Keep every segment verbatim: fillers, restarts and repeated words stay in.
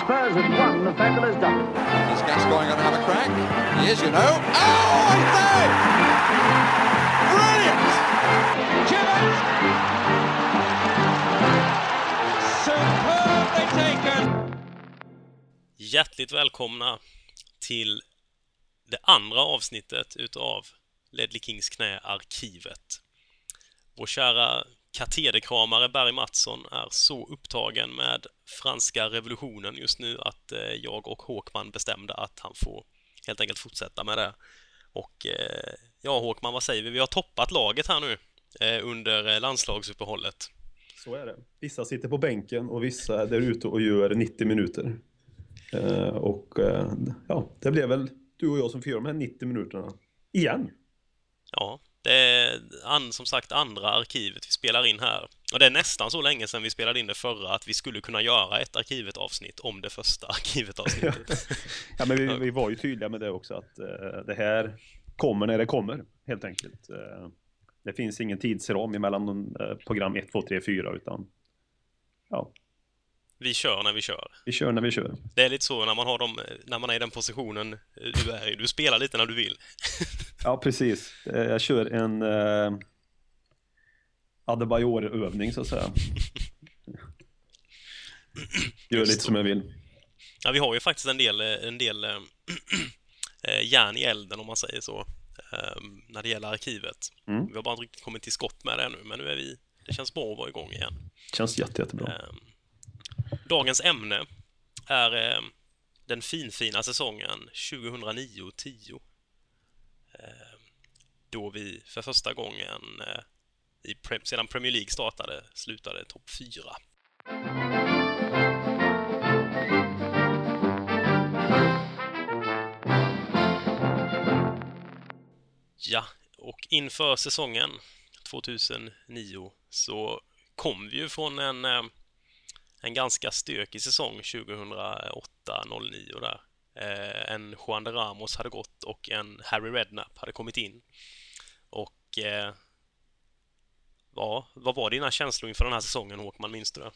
Spurs have won, the fabulous double. Is Gascoigne going to have a crack? He is, you know. Oh, I say! Brilliant! Chivers! Superbly taken! Hjärtligt välkomna till det andra avsnittet utav Ledley Kings knä-arkivet. Vår kära katederkramare Barry Mattsson är så upptagen med franska revolutionen just nu att eh, jag och Håkman bestämde att han får helt enkelt fortsätta med det. Och eh, ja, Håkman, vad säger vi? Vi har toppat laget här nu eh, under eh, landslagsuppehållet. Så är det. Vissa sitter på bänken och vissa är där ute och gör nittio minuter. Eh, och eh, ja, det blev väl du och jag som får göra de här nittio minuterna igen. Ja, det är an, som sagt andra arkivet vi spelar in här. Och det är nästan så länge sedan vi spelade in det förra att vi skulle kunna göra ett arkivet-avsnitt om det första arkivet-avsnittet. Ja, men vi, vi var ju tydliga med det också att eh, det här kommer när det kommer, helt enkelt. Eh, det finns ingen tidsram emellan eh, program ett, två, tre, fyra utan ja. Vi kör när vi kör. Vi kör när vi kör. Det är lite så när man har dem, när man är i den positionen du är i. Du spelar lite när du vill. Ja, precis. Jag kör en eh, Adebayor-övning så att säga. Gör lite som jag vill. Ja, vi har ju faktiskt en del, en del äh, järn i elden om man säger så. Äh, när det gäller arkivet. Mm. Vi har bara inte riktigt kommit till skott med det nu. Men nu är vi, det känns bra att vara igång igen. Känns jätte, jättebra. Äh, Dagens ämne är eh, den finfina säsongen tjugohundranio tio. Eh, då vi för första gången eh, i pre- sedan Premier League startade slutade topp fyra. Ja, och inför säsongen tjugohundranio så kom vi ju från en eh, En ganska stökig säsong tjugohundraåtta nio där. Eh, en Juan de Ramos hade gått och en Harry Redknapp hade kommit in. Och eh, ja, vad var dina känslor inför den här säsongen, Håkman, minns du det?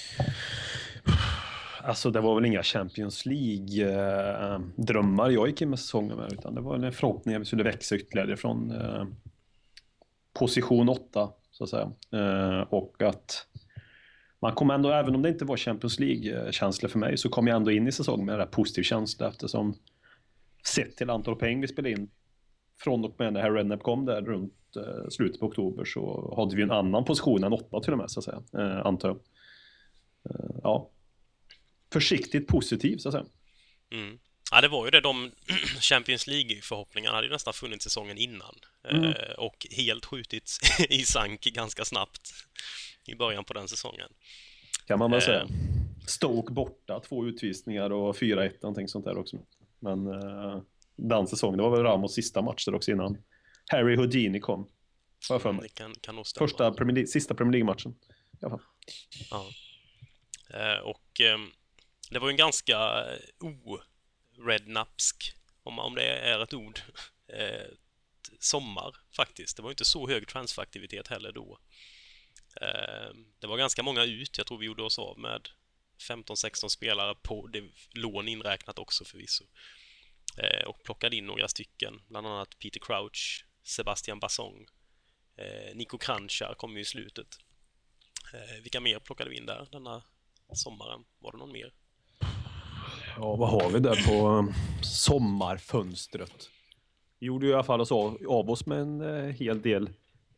Alltså det var väl inga Champions League-drömmar jag gick in med säsongen med, utan det var en förhoppning att vi skulle växa ytterligare från eh, position åtta så att säga. Eh, och att man kom ändå, även om det inte var Champions League-känsla för mig, så kom jag ändå in i säsongen med en positiv känsla eftersom sett till antal poäng vi spelade in från och med när Harry Redknapp kom där runt eh, slutet på oktober så hade vi en annan position än åtta till och med så att säga, eh, antar jag. Eh, ja. Försiktigt positiv så att säga. Mm. Ja, det var ju det. De Champions League-förhoppningarna hade ju nästan funnits säsongen innan. Mm. Eh, och helt skjutits i sank ganska snabbt i början på den säsongen. Kan man väl eh. säga. Stoke borta, två utvisningar och fyra ett, någonting sånt där också. Men eh, den säsongen, det var väl Ramos sista match där också innan Harry Houdini kom. Vad för mig. Det kan, kan Första Premier League, sista Premier League-matchen. Ja. Ja. Eh, och eh, det var ju en ganska o-rednapsk, om, om det är ett ord, eh, sommar faktiskt. Det var ju inte så hög transferaktivitet heller då. Det var ganska många ut. Jag tror vi gjorde oss av med femton sexton spelare på det lån inräknat också förvisso. Och plockade in några stycken. Bland annat Peter Crouch, Sebastian Bassong, Nico Kranjčar kom ju i slutet. Vilka mer plockade vi in där denna sommaren? Var det någon mer? Ja, vad har vi där på sommarfönstret? Vi gjorde ju i alla fall oss av, av oss med en eh, hel del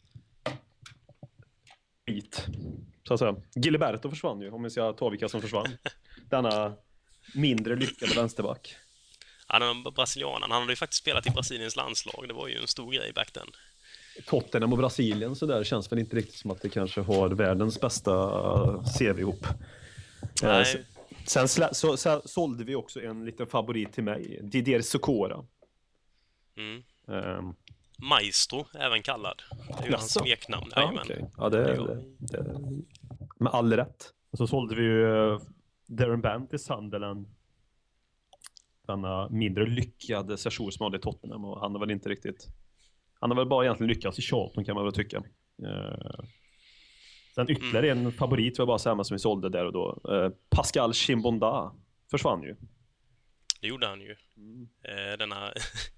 bit. Så att säga. Gilberto försvann ju, om vi ska ta vilka som försvann. Denna mindre lyckade vänsterback. Ja, den brasilianen. Han hade ju faktiskt spelat i Brasiliens landslag. Det var ju en stor grej back then. Tottenham och Brasilien så där känns väl inte riktigt som att det kanske har världens bästa C V ihop. Nej. Sen slä, så, så sålde vi också en liten favorit till mig, Didier Socora. Mm. Um, Maestro, även kallad. Det är ju hans smeknamn. Ja, okay. Ja, det, det, det, med all rätt. Och så sålde vi ju uh, Darren Bent till Sunderland. Denna mindre lyckade session som hade i Tottenham. Och han har väl inte riktigt... Han har väl bara egentligen lyckats i Charlton kan man väl tycka. Uh, sen ytterligare mm. en favorit var bara samma som vi sålde där och då. Uh, Pascal Chimbonda försvann ju. Det gjorde han ju. Mm. Eh, denna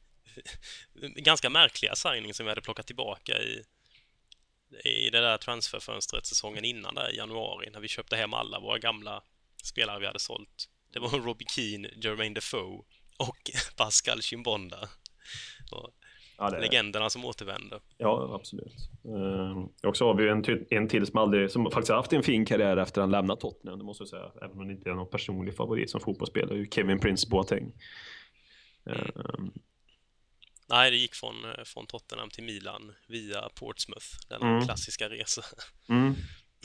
ganska märkliga signing som vi hade plockat tillbaka i, i det där transferfönstret säsongen innan där i januari när vi köpte hem alla våra gamla spelare vi hade sålt. Det var Robbie Keane, Jermaine Defoe och Pascal Chimbonda. Och ja, det är legenderna som återvänder. Ja, absolut. Uh, och så har vi en, ty- en till som, aldrig, som faktiskt har haft en fin karriär efter han lämnat Tottenham, det måste jag säga. Även om det inte är någon personlig favorit som fotbollsspelare. Kevin Prince Boateng. Uh, mm. Nej, det gick från, från Tottenham till Milan via Portsmouth. Den mm. klassiska resan. Mm.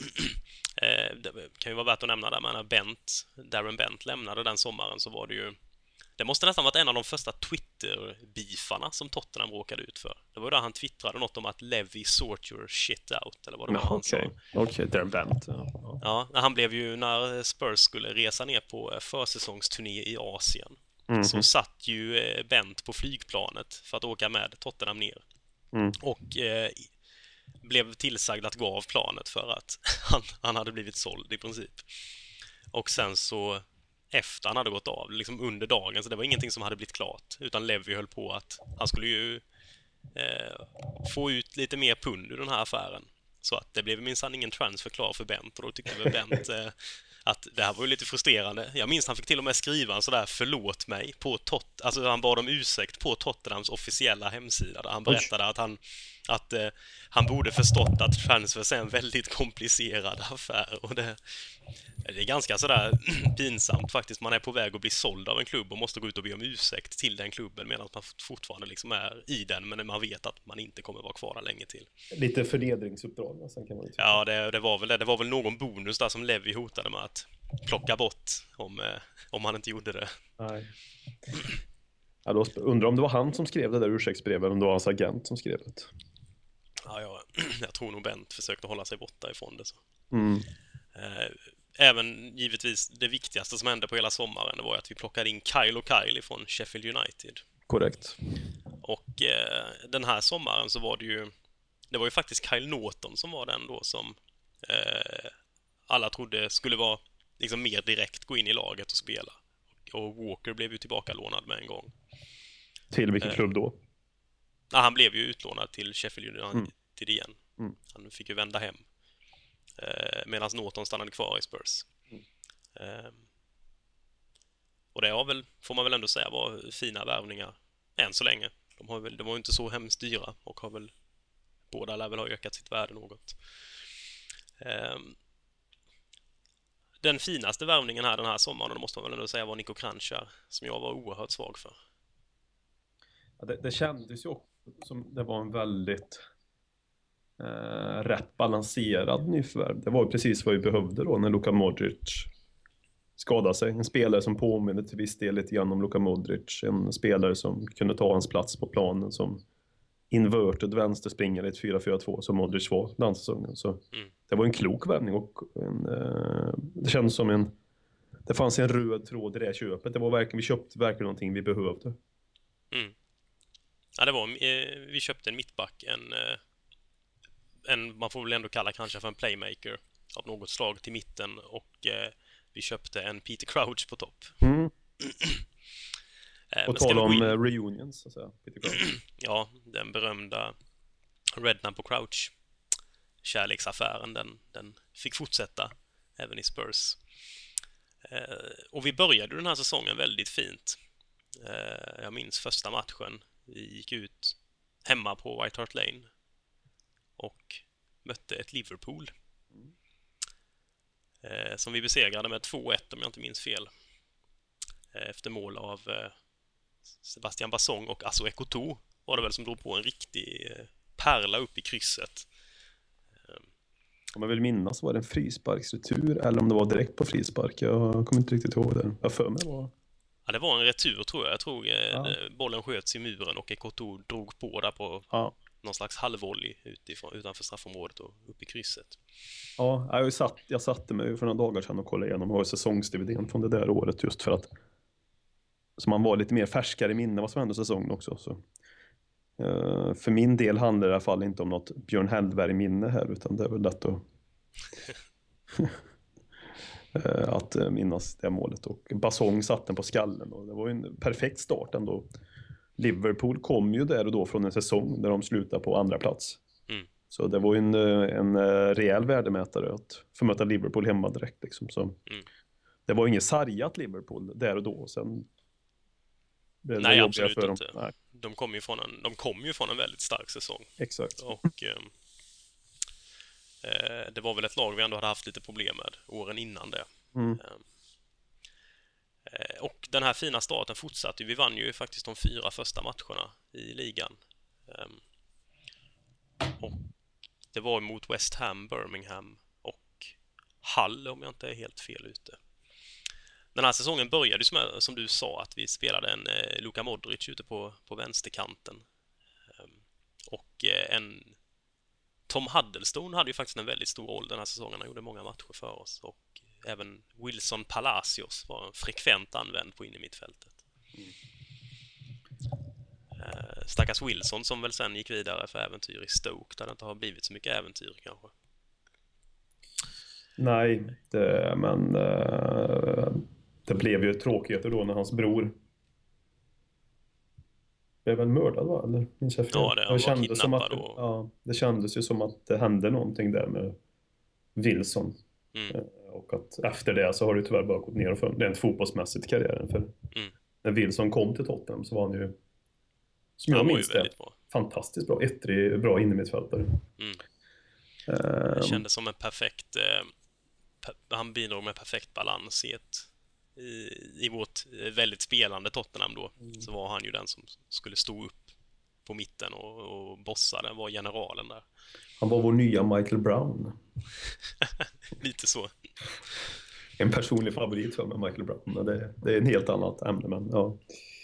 Det kan ju vara värt att nämna där, men när Bent, Darren Bent lämnade den sommaren så var det ju... Det måste nästan varit en av de första Twitter-beefarna som Tottenham råkade ut för. Det var där han twittrade något om att Levy sort your shit out, eller vad det var han sa. Okej, okay. Darren Bent. Ja. ja, han blev ju, när Spurs skulle resa ner på försäsongsturné i Asien, mm-hmm. så satt ju Bent på flygplanet för att åka med Tottenham ner. Mm. Och eh, blev tillsagd att gå av planet för att han, han hade blivit såld i princip. Och sen så efter han hade gått av, liksom under dagen, så det var ingenting som hade blivit klart, utan Levy höll på att han skulle ju eh, få ut lite mer pund ur den här affären. Så att det blev minsann ingen transfer klar för Bent, och då tyckte väl Bent eh, att det här var ju lite frustrerande. Jag minns han fick till och med skriva en sådär förlåt mig på Tot, alltså han bad om ursäkt på Tottenhams officiella hemsida där han berättade att han att eh, han borde förstått att transfers är en väldigt komplicerad affär, och det, det är ganska sådär pinsamt faktiskt. Man är på väg att bli såld av en klubb och måste gå ut och be om ursäkt till den klubben medan man fortfarande liksom är i den, men man vet att man inte kommer vara kvar där länge till. Lite förnedringsuppdrag nästan, kan man ju tycka. Ja, det, det var väl det. Det var väl någon bonus där som Levy hotade med att plocka bort om, eh, om han inte gjorde det. Nej. Ja, då undrar om det var han som skrev det där ursäktsbrevet, eller om det var hans agent som skrev det. Ja, jag, jag tror nog Bent försökte hålla sig borta ifrån det. Så. Mm. Även givetvis det viktigaste som hände på hela sommaren, det var att vi plockade in Kyle och Kyle från Sheffield United. Korrekt. Och eh, den här sommaren så var det ju det var ju faktiskt Kyle Norton som var den då som eh, alla trodde skulle vara liksom mer direkt gå in i laget och spela. Och, och Walker blev ju tillbaka lånad med en gång. Till vilken eh, klubb då? Ja, han blev ju utlånad till Sheffield United mm. igen. Mm. Han fick ju vända hem. Eh, medan Norton stannade kvar i Spurs. Mm. Eh, och det har väl, får man väl ändå säga, var fina värvningar än så länge. De har väl, de var ju inte så hemskt dyra och har väl, båda lär väl ha ökat sitt värde något. Eh, den finaste värvningen här den här sommaren, det måste man väl ändå säga, var Nico Kranjčar, som jag var oerhört svag för. Ja, det, det kändes ju som det var en väldigt eh, rätt balanserad nyförvärv. Det var ju precis vad vi behövde då när Luka Modric skadade sig. En spelare som påminner till viss del lite grann om Luka Modric. En spelare som kunde ta hans plats på planen som inverted vänsterspringare i ett fyra fyra två som Modric var den säsongen. Så mm. det var en klok värvning och en, eh, det kändes som en det fanns en röd tråd i det här köpet. Det var verkligen, vi köpte verkligen någonting vi behövde. Mm. Ja, det var, eh, vi köpte en mittback, en, eh, en, man får väl ändå kalla kanske för en playmaker av något slag till mitten, och eh, vi köpte en Peter Crouch på topp. Mm. eh, och tala om in... reunions, så att säga. Peter Crouch. Ja, den berömda Redknapp på Crouch kärleksaffären, den, den fick fortsätta även i Spurs. Eh, och vi började den här säsongen väldigt fint. Eh, jag minns första matchen. Vi gick ut hemma på White Hart Lane och mötte ett Liverpool eh, som vi besegrade med två ett om jag inte minns fel. Eh, efter mål av eh, Sebastian Bassong och Asso Ekoto var det väl som drog på en riktig eh, pärla upp i krysset. Eh. Om jag vill minnas var det en frisparksretur eller om det var direkt på frispark. Jag kommer inte riktigt ihåg det. Jag för mig var... Ja, det var en retur tror jag. Jag tror ja. bollen sköts i muren och Ekoto drog på där på ja. någon slags halvvolley utifrån, utanför straffområdet och upp i krysset. Ja, jag, satt, jag satte mig för några dagar sedan och kollade igenom säsongsdividend från det där året just för att så man var lite mer färskare i minne vad som hände säsongen också. Så, uh, för min del handlar det i alla fall inte om något Björn Hellberg minne här utan det är väl lätt att eh, att eh, minnas det målet. Och Bassong satt den på skallen och det var ju en perfekt start ändå. Liverpool kom ju där och då från en säsong där de slutade på andra plats. Mm. Så det var ju en, en rejäl värdemätare att få möta Liverpool hemma direkt. Liksom. Så Mm. det var ingen sargat Liverpool där och då. Sen det Nej, var absolut för inte. dem. Nej. De kom ju från en, de kom ju från en väldigt stark säsong. Exakt. Och eh, eh, det var väl ett lag vi ändå hade haft lite problem med åren innan det. Mm. Eh, och den här fina starten fortsatte. Vi vann ju faktiskt de fyra första matcherna i ligan. Eh, och det var mot West Ham, Birmingham och Hull om jag inte är helt fel ute. Den här säsongen började som, som du sa att vi spelade en eh, Luka Modric ute på, på vänsterkanten. Um, och eh, en Tom Huddlestone hade ju faktiskt en väldigt stor roll den här säsongen. Han gjorde många matcher för oss. Och även Wilson Palacios var frekvent använd på in i mittfältet. Mm. Uh, stackars Wilson som väl sen gick vidare för äventyr i Stoke. Där det inte har blivit så mycket äventyr kanske. Nej, det, men uh, det blev ju tråkigheter då när hans bror blev väl mördad, va? Eller minns jag fel? Ja, det, han det var kändes som att, och... ja, det kändes ju som att det hände någonting där med Wilson. Mm. Uh, och att efter det så har det tyvärr bara gått ner för rent fotbollsmässigt i karriären. För mm. när Wilson kom till Tottenham så var han ju, som jag minns det, bra. fantastiskt bra. Ettrig, bra innermittfältare. Mm. Uh, det kändes som en perfekt... Eh, per, han bidrog med perfekt balans i ett i, i vårt väldigt spelande Tottenham då. Mm. Så var han ju den som skulle stå upp på mitten och, och bossa. Den var generalen där. Han var vår nya Michael Brown. Lite så. En personlig favorit för mig, Michael Brown. Men det, det är en helt annat ämne. Men, ja.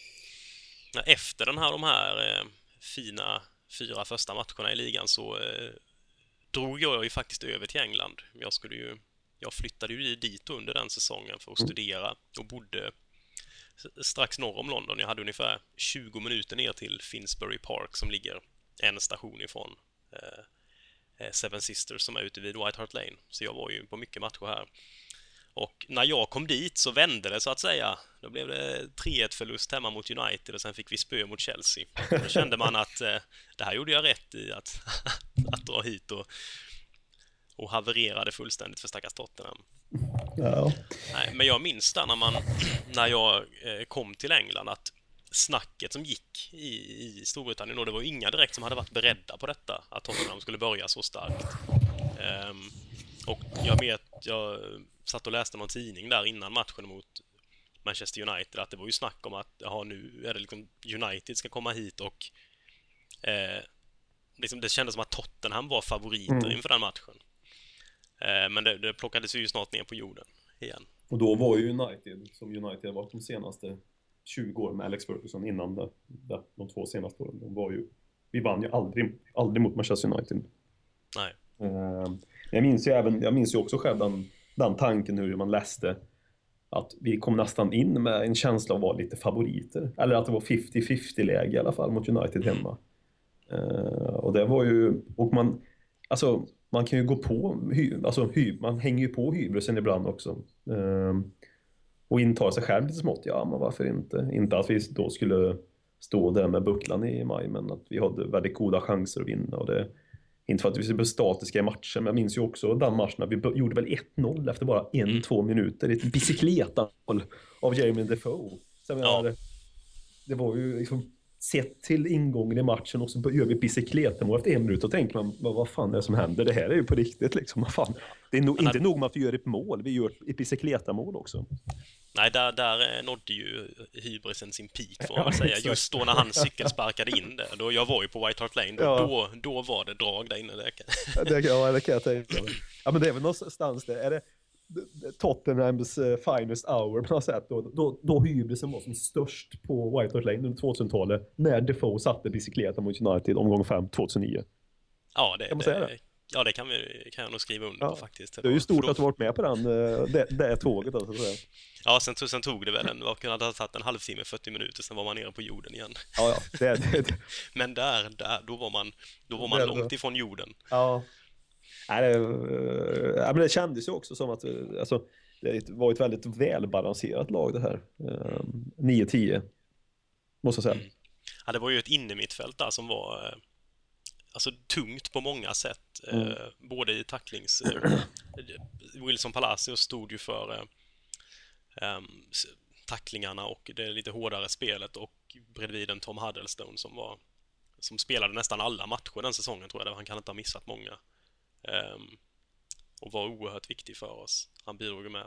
Efter den här, de här eh, fina fyra första matcherna i ligan så eh, drog jag ju faktiskt över till England. Jag skulle ju Jag flyttade ju dit under den säsongen för att studera och bodde strax norr om London. Jag hade ungefär tjugo minuter ner till Finsbury Park som ligger en station ifrån eh, Seven Sisters som är ute vid White Hart Lane. Så jag var ju på mycket matcher här. Och när jag kom dit så vände det så att säga. Då blev det tre ett förlust hemma mot United och sen fick vi spö mot Chelsea. Då kände man att eh, det här gjorde jag rätt i att, att dra hit och och havererade fullständigt för stackars Tottenham. Ja. Nej, men jag minns där när, man, när jag eh, kom till England att snacket som gick i, i Storbritannien, och det var inga direkt som hade varit beredda på detta, att Tottenham skulle börja så starkt. Um, och jag vet, jag satt och läste någon tidning där innan matchen mot Manchester United att det var ju snack om att ja, nu är det liksom United ska komma hit och eh, liksom det kändes som att Tottenham var favoriter mm. inför den matchen. Men det, det plockades ju snart ner på jorden igen. Och då var ju United, som United var de senaste tjugo år med Alex Ferguson innan det, det, de två senaste åren. De var ju, vi vann ju aldrig, aldrig mot Manchester United. Nej. Uh, jag minns ju även, jag minns ju också själv den, den tanken hur man läste att vi kom nästan in med en känsla av att vara lite favoriter. Eller att det var femtio femtio läge i alla fall mot United hemma. Uh, och det var ju, och man, alltså man kan ju gå på, alltså hy, man hänger ju på hybrisen ibland också. Um, och intar sig själv lite smått. Ja, men varför inte? Inte att vi då skulle stå där med bucklan i maj, men att vi hade väldigt goda chanser att vinna. Och det, inte för att vi skulle bli statiska i matchen, men jag minns ju också den matchen när vi gjorde väl ett noll efter bara en, två minuter. Ett bicicletamål av Jermaine Defoe. Så ja. det, det var ju liksom sett till ingången i matchen och så gör vi bicicletamål efter en minut och tänker man, vad, vad fan är det som händer? Det här är ju på riktigt liksom. Vad fan? Det är no, inte nog med att vi gör ett mål, vi gör ett bicicletamål också. Nej, där, där nådde ju hybrisen sin peak får man ja, säga. Just då när han cykelsparkade in det. Då, jag var ju på White Hart Lane. Då, ja. då, då var det drag där inne. Det kan... det, ja, det kan jag tänka mig. Ja, men det är väl någonstans där. Är det Tottenhams uh, finest hour på något sätt. Då, då, då hybrisen var som störst på White Hart Lane under tvåtusentalet. När Defoe satte bicykleten mot United omgång fem tjugohundraniu. Ja, det, kan man det, säga det? Ja, det kan, vi, kan jag nog skriva under ja. på faktiskt. Det är ju stort då... att du varit med på den, det, det är tåget. Alltså, så ja, sen, sen tog det väl en, vad kunde ha tagit en halvtimme, fyrtio minuter, sen var man nere på jorden igen. Ja, ja. Det, det, det. Men där, där, då var man, då var man det, långt ifrån jorden. Ja. Nej, det, ja, men det kändes ju också som att, alltså, det var ett väldigt välbalanserat lag det här. Eh, nio tio måste jag säga. Mm. Ja, det var ju ett innermittfält där som var eh, alltså tungt på många sätt. Mm. Eh, både i tacklings... Eh, Wilson Palacios stod ju för eh, um, tacklingarna och det lite hårdare spelet, och bredvid en Tom Huddlestone som var som spelade nästan alla matcher den säsongen, tror jag. Han kan inte ha missat många. Um, och var oerhört viktig för oss. Han bidrog med,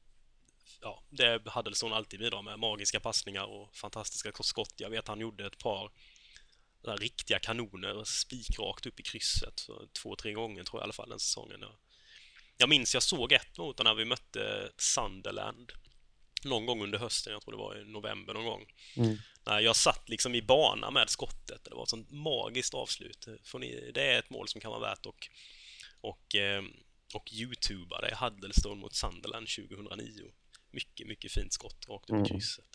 ja, det Huddlestone alltid bidrar med, magiska passningar och fantastiska skott. Jag vet han gjorde ett par där riktiga kanoner spikrakt upp i krysset, så två, tre gånger tror jag i alla fall den säsongen. Jag minns jag såg ett mot när vi mötte Sunderland någon gång under hösten, jag tror det var i november någon gång. Mm. När jag satt liksom i bana med skottet. Det var ett sånt magiskt avslut. Får ni, det är ett mål som kan vara värt och, och, och YouTuba. Det är Huddlestone mot Sunderland tjugohundranio. Mycket, mycket fint skott rakt upp i krysset.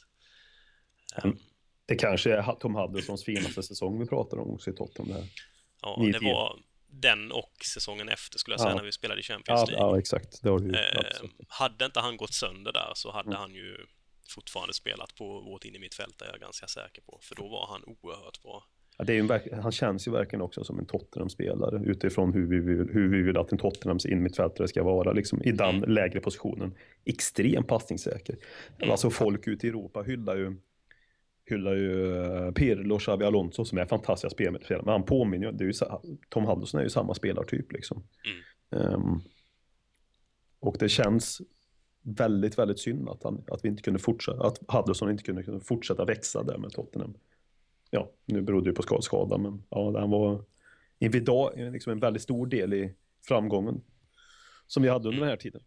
Mm. Um, det kanske är Tom Huddlestones finaste säsong vi pratar om också i Tottenham. Här. Ja, det var den och säsongen efter skulle jag säga, ja. När vi spelade i Champions League. Ja, ja exakt. Det var ju, eh, hade inte han gått sönder där så hade mm. han ju fortfarande spelat på vårt innermittfält, är jag ganska säker på. För då var han oerhört bra. Ja, det är ju en, han känns ju verkligen också som en Tottenham-spelare utifrån hur vi, vill, hur vi vill att en Tottenhams innermittfältare ska vara liksom, i den mm. lägre positionen. Extremt passningssäker. Mm. Alltså folk ute i Europa hyllar ju hyllar ju Pirlo och Xabi Alonso som är fantastiska spelare, men han påminner ju, det är ju, Tom Huddleston är ju samma spelartyp liksom. Mm. Um, och det känns väldigt, väldigt synd att, han, att vi inte kunde fortsätta, att Huddleston inte kunde, kunde fortsätta växa där med Tottenham. Ja, nu berodde det på skada, skada men ja, den var idag liksom en väldigt stor del i framgången som vi hade under den här tiden.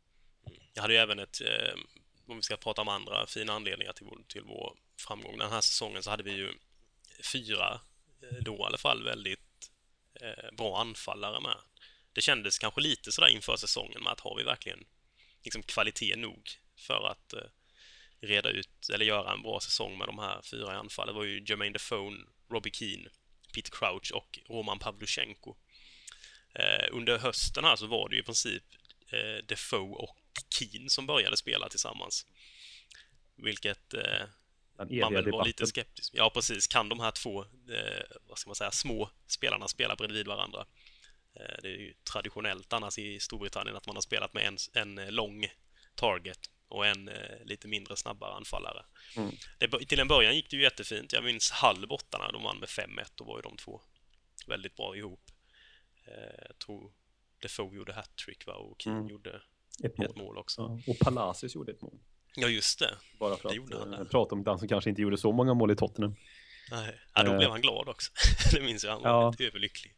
Jag hade ju även ett, eh, om vi ska prata om andra fina anledningar till vår, till vår framgång den här säsongen, så hade vi ju fyra, då i alla fall, väldigt eh, bra anfallare med. Det kändes kanske lite sådär inför säsongen med att har vi verkligen liksom kvalitet nog för att eh, reda ut eller göra en bra säsong med de här fyra i anfall. Det var ju Jermaine Defoe, Robbie Keane, Peter Crouch och Roman Pavlyuchenko. Eh, under hösten här så var det ju i princip eh, Defoe och Keane som började spela tillsammans. Vilket eh, man väl var lite skeptisk. Ja, precis. Kan de här två, eh, vad ska man säga, små spelarna spela bredvid varandra? Eh, det är ju traditionellt annars i Storbritannien att man har spelat med en, en lång target och en eh, lite mindre snabbare anfallare. Mm. Det, till en början gick det ju jättefint. Jag minns halv borta när de vann med fem ett, då var ju de två väldigt bra ihop. Eh, jag tror Defoe gjorde hattrick, va? Och Keane mm. gjorde ett mål, ett mål också. Ja. Och Palacios gjorde ett mål. Ja, just det. Bara för det att äh, prata om den som kanske inte gjorde så många mål i Tottenham. Nej. Ja, då uh, blev han glad också. Det minns jag. Han var ja. Lite överlycklig.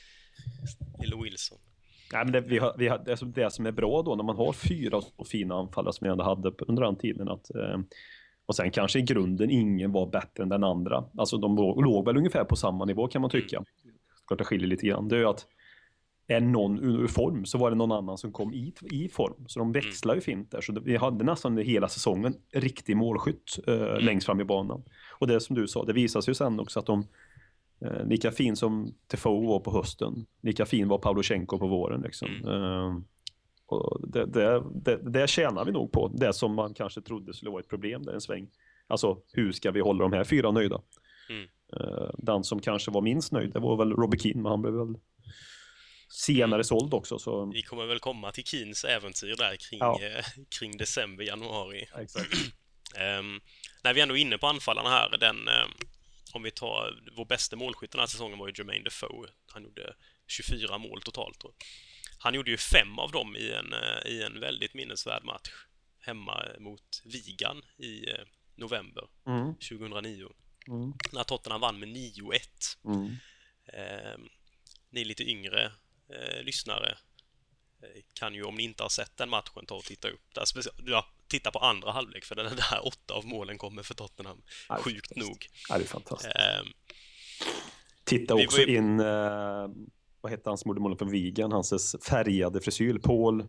Lille Wilson. Nej, men det, vi har, vi har, det, som, det som är bra då när man har fyra och fina anfallare som vi ändå hade under den tiden. Att, eh, och sen kanske i grunden ingen var bättre än den andra. Alltså de låg, låg väl ungefär på samma nivå kan man tycka. Mm. Klart det skiljer lite grann. Det är ju att är någon ur form så var det någon annan som kom i, i form. Så de växlar ju fint där. Så det, vi hade nästan hela säsongen riktig målskytt eh, mm. längst fram i banan. Och det som du sa, det visar sig ju sen också att de eh, lika fin som Defoe var på hösten, lika fin var Pavlyuchenko på våren. Liksom. Mm. Eh, och det, det, det, det tjänar vi nog på. Det som man kanske trodde skulle vara ett problem där en sväng. Alltså, hur ska vi hålla de här fyra nöjda? Mm. Eh, den som kanske var minst nöjd, det var väl Robbie Keane, men han blev väl senare såld också. Så... Vi kommer väl komma till Keanes äventyr där kring, ja. eh, kring december, januari. Ja, exakt. um, när vi ändå är inne på anfallarna här, den, um, om vi tar vår bästa målskytt den här säsongen var ju Jermaine Defoe. Han gjorde tjugofyra mål totalt. Då. Han gjorde ju fem av dem i en, uh, i en väldigt minnesvärd match hemma mot Wigan i uh, november mm. tjugohundranio. Mm. När Tottenham vann med nio ett. Mm. Um, ni lite yngre Eh, lyssnare eh, kan ju, om ni inte har sett den matchen, ta och titta upp där. Speci- ja, titta på andra halvlek, för den där åtta av målen kommer för Tottenham. Ja, sjukt nog. Ja, det är fantastiskt. Eh, titta också ju... in eh, vad heter hans modermål för Wigan, hans färgade frisyr, Paul.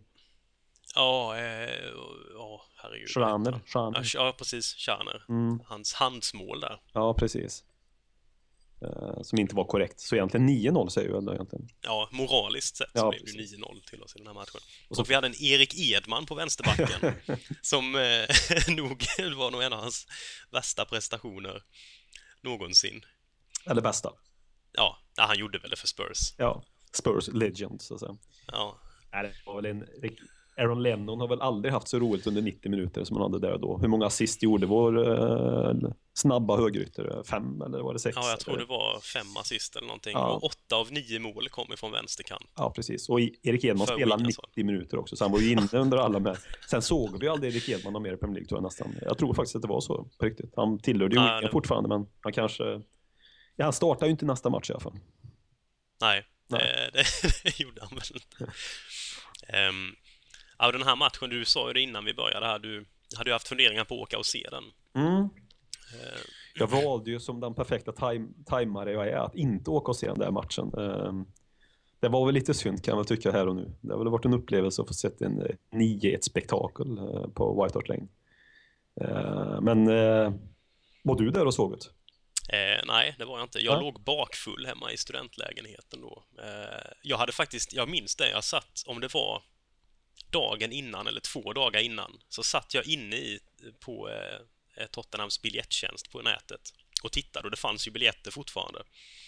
Ja, eh, ja, herregud. Scharner. Ja, ja, precis, Scharner. Mm. Hans handsmål där. Ja, precis. eh, som inte var korrekt. Så egentligen nio noll säger ju ändå egentligen. Ja, moraliskt sett så Ja, blev det precis. nio noll till oss i den här matchen. Och så- Och vi hade en Erik Edman på vänsterbacken som eh, nog det var nog en av hans värsta prestationer någonsin. Eller bästa. Ja, ja, han gjorde väl det för Spurs. Ja, Spurs legend så att säga. Ja, Nej, det var väl en... Aaron Lennon har väl aldrig haft så roligt under nittio minuter som han hade där och då. Hur många assist gjorde vår eh, snabba högerytter? Fem eller var det sex? ja jag tror eller? det var fem assist eller någonting. Ja. Och åtta av nio mål kom ifrån vänsterkant. Ja, precis. Och Erik Edman För spelade Wigan, så. nittio minuter också, så han var ju inne under alla med. Sen såg vi aldrig Erik Edman mer i Premier League, tror jag nästan. Jag tror faktiskt att det var så, på riktigt. Han tillhörde ju Nej, Wigan det- fortfarande, men han kanske... Ja, han startar ju inte nästa match i alla fall. Nej, Nej. Det, det gjorde han väl inte. Um, ja, den här matchen, du sa ju det innan vi började här, du hade ju haft funderingar på att åka och se den. Mm. Eh, Jag valde ju som den perfekta time, timare jag är att inte åka och se den där matchen. Ehm, Det var väl lite synd kan jag väl tycka här och nu. Det har väl varit en upplevelse att få sett en eh, nio ett spektakel eh, på White Hart Lane. Eh, Men eh, var du där och såg det? Eh, nej, det var jag inte. Jag Ja. låg bakfull hemma i studentlägenheten då. Eh, jag hade faktiskt, jag minns det, jag satt, om det var dagen innan eller två dagar innan, så satt jag inne i, på eh, Tottenhams biljettjänst på nätet och tittade, och det fanns ju biljetter fortfarande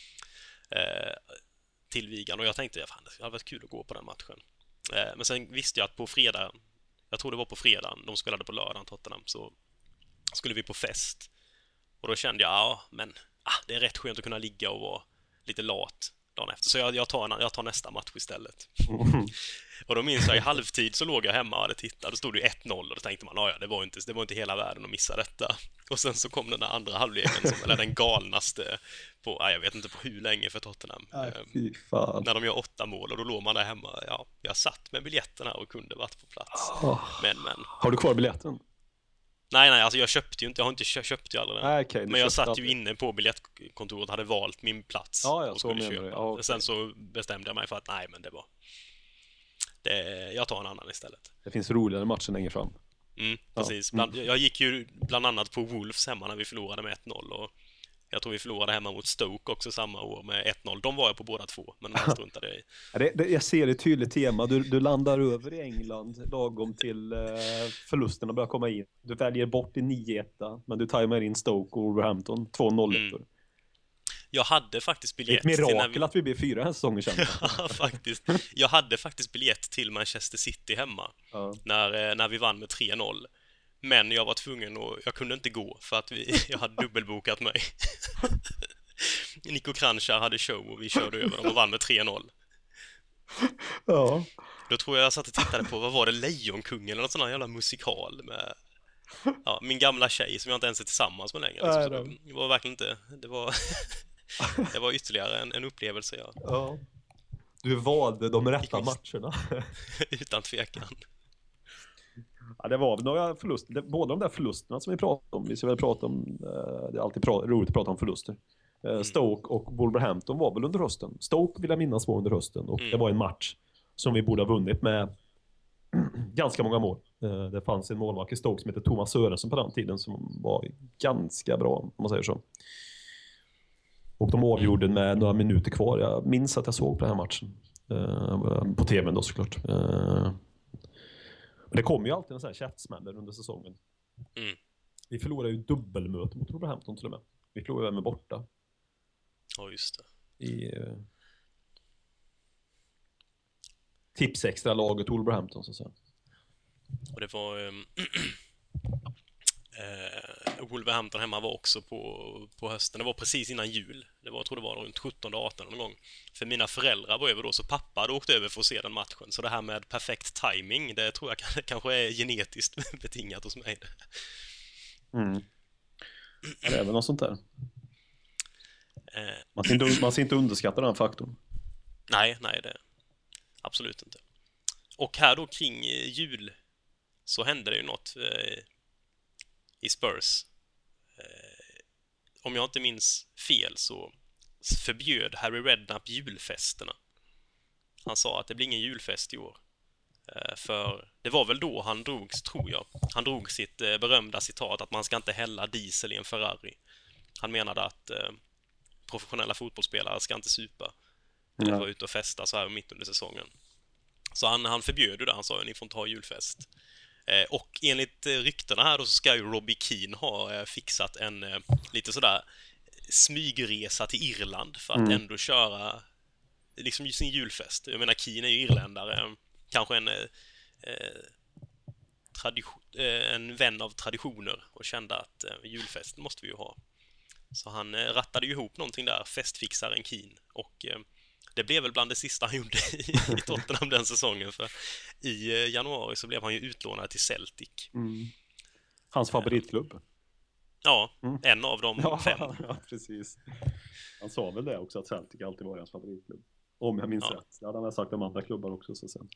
eh, till Wigan, och jag tänkte, ja, fan, det hade varit kul att gå på den matchen. Eh, men sen visste jag att på fredag, jag tror det var på fredagen, de spelade på lördagen Tottenham, så skulle vi på fest. Och då kände jag, ja, men ah, det är rätt skönt att kunna ligga och vara lite lat dagen efter. Så jag, jag, tar, en, jag tar nästa match istället. Och då minns jag i halvtid så låg jag hemma och hade tittat. Då stod det ett noll och då tänkte man, ja, det var inte, det var inte hela världen att missa detta. Och sen så kom den där andra halvleken som är den galnaste på, ja, jag vet inte på hur länge för Tottenham. Nej, Ehm, fy fan. när de gör åtta mål och då låg man där hemma. Ja, jag satt med biljetterna och kunde varit på plats. Åh. Men, men. Har du kvar biljetten? Nej, nej, alltså jag köpte ju inte, jag har inte kö- köpt ju aldrig den. Nej, okej, du Men jag köpte satt ju aldrig. inne på biljettkontoret och hade valt min plats Ja, ja, och så skulle menar köpa. du. Ja, okej. Sen så bestämde jag mig för att nej, men det var... Det, jag tar en annan istället. Det finns roligare matcher längre fram. Mm, Ja. precis. Bland, jag gick ju bland annat på Wolves hemma när vi förlorade med ett noll, och jag tror vi förlorade hemma mot Stoke också samma år med ett noll. De var jag på båda två, men de struntade jag i. Ja, Det, det, jag ser ett tydligt tema. Du, du landar över i England lagom till eh, förlusterna börjar komma in. Du väljer bort i nio ett, men du tajmar in Stoke och Wolverhampton två noll. Mm. Jag hade faktiskt Det är biljett ett till när mirakel vi... att vi blir fyra här säsongen känner jag. Ja, faktiskt. Jag hade faktiskt biljett till Manchester City hemma. Ja. när, eh, när vi vann med tre noll. Men jag var tvungen att, jag kunde inte gå för att vi, jag hade dubbelbokat mig. Nico Kranjčar hade show och vi körde över dem och vann med tre noll. Ja. Då tror jag jag satt och tittade på, vad var det, Lejonkungen eller något sån här jävla musikal med, ja, min gamla tjej som jag inte ens är tillsammans med längre. Nej, Så då. det var verkligen inte, det var, det var ytterligare en, en upplevelse, ja, Ja. Du valde de rätta Gick matcherna. utan tvekan. Ja, det var väl några förluster. Det, båda de där förlusterna som vi pratade om. Vi ska väl prata om, eh, det är alltid pra- roligt att prata om förluster. Eh, Stoke och Wolverhampton var väl under hösten. Stoke vill jag minnas var under hösten. Och Mm. det var en match som vi borde ha vunnit med ganska många mål. Eh, det fanns en målvakt i Stoke som heter Thomas Sörensen på den tiden som var ganska bra, om man säger så. Och de avgjorde med några minuter kvar. Jag minns att jag såg på den här matchen. Eh, på tvn då såklart. Eh, men det kommer ju alltid en sån här käftsmäller under säsongen. Mm. Vi förlorade ju dubbelmöte mot Wolverhampton till och med. Vi förlorade även borta. Ja, just det. I eh, tipsextra laget Wolverhampton så att säga. Och det var... ehm, eh, Wolverhampton hemma var också på, på hösten. Det var precis innan jul. Det var, jag tror det var runt sjutton arton någon gång. För mina föräldrar var över då, så pappa hade åkt över för att se den matchen. Så det här med perfekt timing, det tror jag kan, kanske är genetiskt betingat hos mig. Mm. Ja, det är väl något sånt där. Eh, Man ska inte, man ska inte underskatta den faktorn. nej, nej, det absolut inte. Och här då kring eh, jul så hände det ju något eh, i Spurs. Eh, om jag inte minns fel så förbjöd Harry Redknapp julfesterna. Han sa att det blir ingen julfest i år. Eh, för det var väl då han drogs, tror jag. Han drog sitt eh, berömda citat att man ska inte hälla diesel i en Ferrari. Han menade att eh, professionella fotbollsspelare ska inte supa eller Ja. vara ute och festa så här mitt under säsongen. Så han, han förbjöd ju det, han sa ju ni får inte ha julfest. Eh, och enligt eh, ryktena här då så ska ju Robbie Keane ha eh, fixat en eh, lite sådär smygresa till Irland för att Mm. ändå köra liksom sin julfest. Jag menar, Keane är ju irländare, kanske en eh, eh, tradition, eh, en vän av traditioner och kände att eh, julfest måste vi ju ha. Så han eh, rattade ju ihop någonting där, festfixaren Keane, och eh, det blev väl bland det sista han gjorde i, i Tottenham den säsongen, för i eh, januari så blev han ju utlånad till Celtic. Mm. Hans favoritklubb. Ja, Mm. en av de Ja, fem. ja, precis. Han sa väl det också, att Celtic alltid var hans favoritklubb. Om jag minns Ja. rätt. Det hade han sagt om andra klubbar också. Så sen.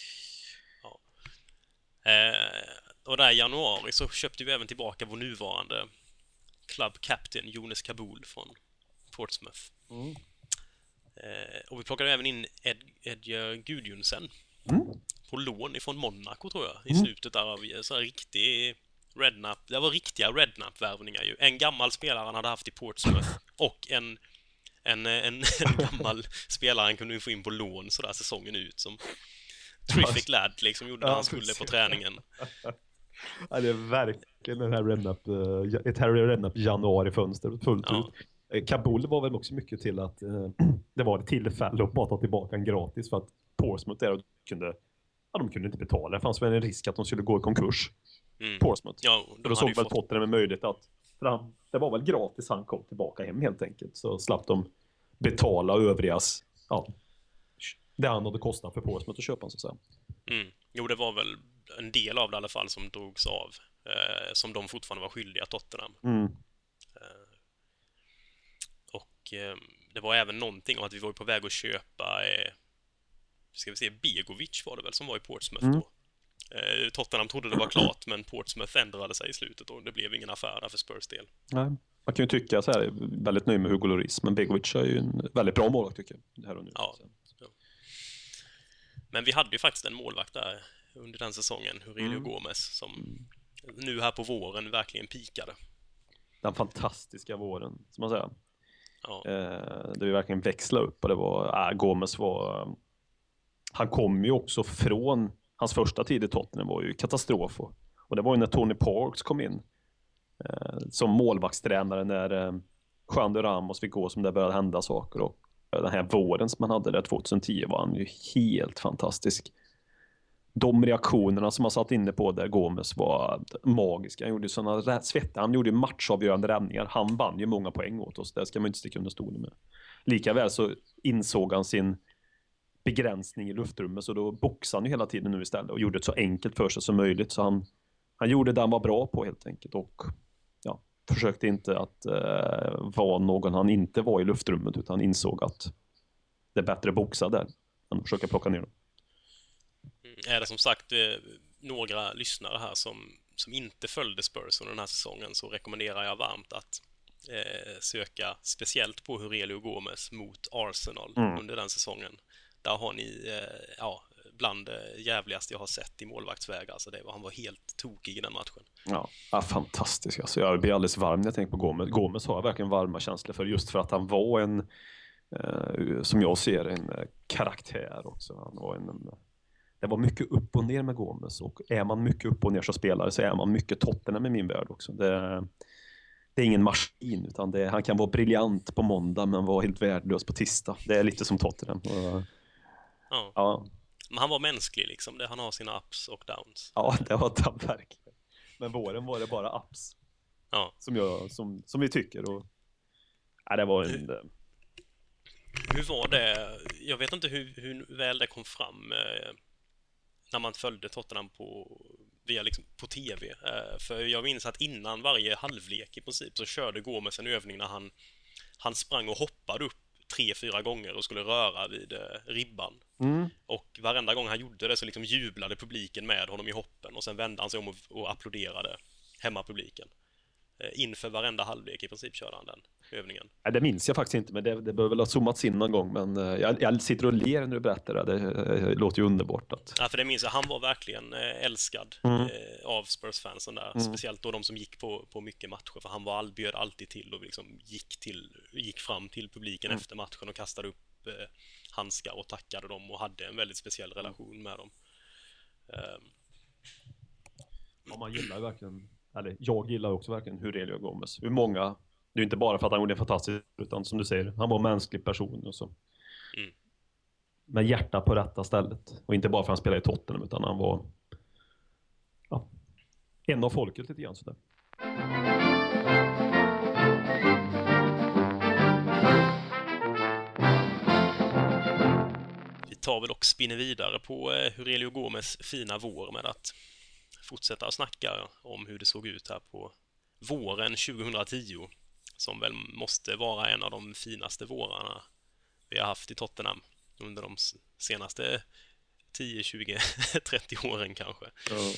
Eh, och där i januari så köpte vi även tillbaka vår nuvarande club captain Jonas Kabul från Portsmouth. Mm. Eh, och vi plockade även in Ed, Edgar Gudjonsen Mm. på lån ifrån Monaco, tror jag, i Mm. slutet där av så här riktig rednap. Det var riktiga rednap-värvningar ju. En gammal spelare han hade haft i Portsmouth och en, en, en, en gammal spelare han kunde få in på lån så där säsongen ut, som terrific lad liksom gjorde när Ja, han skulle precis. på träningen. Ja, det är verkligen den här Rednap, uh, ett Harry Rednap januari-fönster fullt Ja. ut. Eh, Kabul var väl också mycket till att uh, det var ett tillfälle att bara ta tillbaka en gratis, för att Portsmouth där kunde, ja, de kunde inte betala. Det fanns väl en risk att de skulle gå i konkurs. Mm. Portsmouth. Ja, För de då hade såg ju väl fått... Tottenham en möjlighet att, för han, det var väl gratis han kom tillbaka hem helt enkelt. Så slapp de betala övrigas, ja, det han hade kostat för Portsmouth att köpa honom, så att säga. Mm. Jo, det var väl en del av det i alla fall som drogs av, eh, som de fortfarande var skyldiga Tottenham. Mm. Eh, och eh, det var även någonting om att vi var på väg att köpa, eh, ska vi se, Begovic var det väl som var i Portsmouth Mm. då. Eh, Tottenham trodde det var klart, men Portsmouth ändrade sig i slutet och det blev ingen affär där för Spurs del. Nej. Man kan ju tycka så här, väldigt nöjd med Hugo Lloris, men Begovic är ju en väldigt bra målvakt tycker jag. Här och nu. Ja. Men vi hade ju faktiskt en målvakt där under den säsongen, Aurelio Mm. Gomes, som nu här på våren verkligen pikade. Den fantastiska våren, som man säger. Ja. Eh, det vi verkligen växla upp, och det var, äh, Gomes var, han kom ju också från, hans första tid i Tottenham var ju katastrof, och, och det var ju när Tony Parks kom in eh, som målvaktstränare, när eh, Juan de Ramos fick gå, som det började hända saker, och eh, den här våren som man hade där tjugohundratio var han ju helt fantastisk. De reaktionerna som han satt inne på där, Gomes, var magiska. Han gjorde sådana svettar, han gjorde matchavgörande räddningar. Han vann ju många poäng åt oss, det ska man inte sticka under stolen med. Likaväl så insåg han sin begränsning i luftrummet, så då boxade han ju hela tiden nu istället och gjorde det så enkelt för sig som möjligt. Så han, han gjorde det han var bra på helt enkelt, och ja, försökte inte att eh, vara någon han inte var i luftrummet, utan insåg att det är bättre att boxa där än att försöka plocka ner dem. Är det som sagt eh, några lyssnare här som, som inte följde Spurs under den här säsongen, så rekommenderar jag varmt att eh, söka speciellt på Aurelio Gomes mot Arsenal Mm. under den säsongen. Där har ni eh, ja, bland det jävligaste jag har sett i målvaktsväg. Alltså det var, han var helt tokig i den matchen. Ja, ja, fantastisk. Alltså, jag blir alldeles varm när jag tänker på Gomes. Gomes har jag verkligen varma känslor för, just för att han var en, eh, som jag ser, en eh, karaktär också. Han var en, en, det var mycket upp och ner med Gomes, och är man mycket upp och ner som spelare så är man mycket Tottenham i min värld också. Det, det är ingen maskin, utan det, han kan vara briljant på måndag men vara helt värdelös på tisdag. Det är lite som Tottenham. Och, Ja. ja, Men han var mänsklig liksom. Det, han har sina ups och downs. ja, det var det verkligen. Men våren var det bara ups. Ja. Som, jag, som, som vi tycker. Och, ja, det var en... Hur var det? Jag vet inte hur, hur väl det kom fram eh, när man följde Tottenham på, via liksom, på tv. Eh, för jag minns att innan varje halvlek i princip så körde Gomes en övning när han, han sprang och hoppade upp tre, fyra gånger och skulle röra vid eh, ribban. Mm. Och varenda gång han gjorde det så liksom jublade publiken med honom i hoppen, och sen vände han sig om och, och applåderade hemmapubliken. Inför varenda halvlek i princip körde han den övningen. Nej, det minns jag faktiskt inte, men det, det behöver väl ha zoomats in någon gång. Men jag, jag sitter och ler när du berättar det. Det, det låter ju underbart. Att... Ja, för det minns jag. Han var verkligen älskad Mm. eh, av Spurs-fansen där. Mm. Speciellt då de som gick på, på mycket matcher. För han var all, bjöd alltid till och liksom gick, till, gick fram till publiken Mm. efter matchen och kastade upp eh, handskar och tackade dem och hade en väldigt speciell relation med dem. Um, Ja, man gillar ju verkligen, eller jag gillar också verkligen Aurelio Gomes. Hur många, det är ju inte bara för att han gjorde en fantastisk, utan som du säger, han var en mänsklig person och så. Mm. Med hjärta på rätta stället. Och inte bara för att han spelade i Tottenham, utan han var ja, en av folket lite grann sådär. Vi tar väl och spinner vidare på eh, Aurelio Gomes fina vår med att fortsätta att snacka om hur det såg ut här på våren tjugohundratio, som väl måste vara en av de finaste vårarna vi har haft i Tottenham under de senaste tio, tjugo, trettio åren kanske. Ja.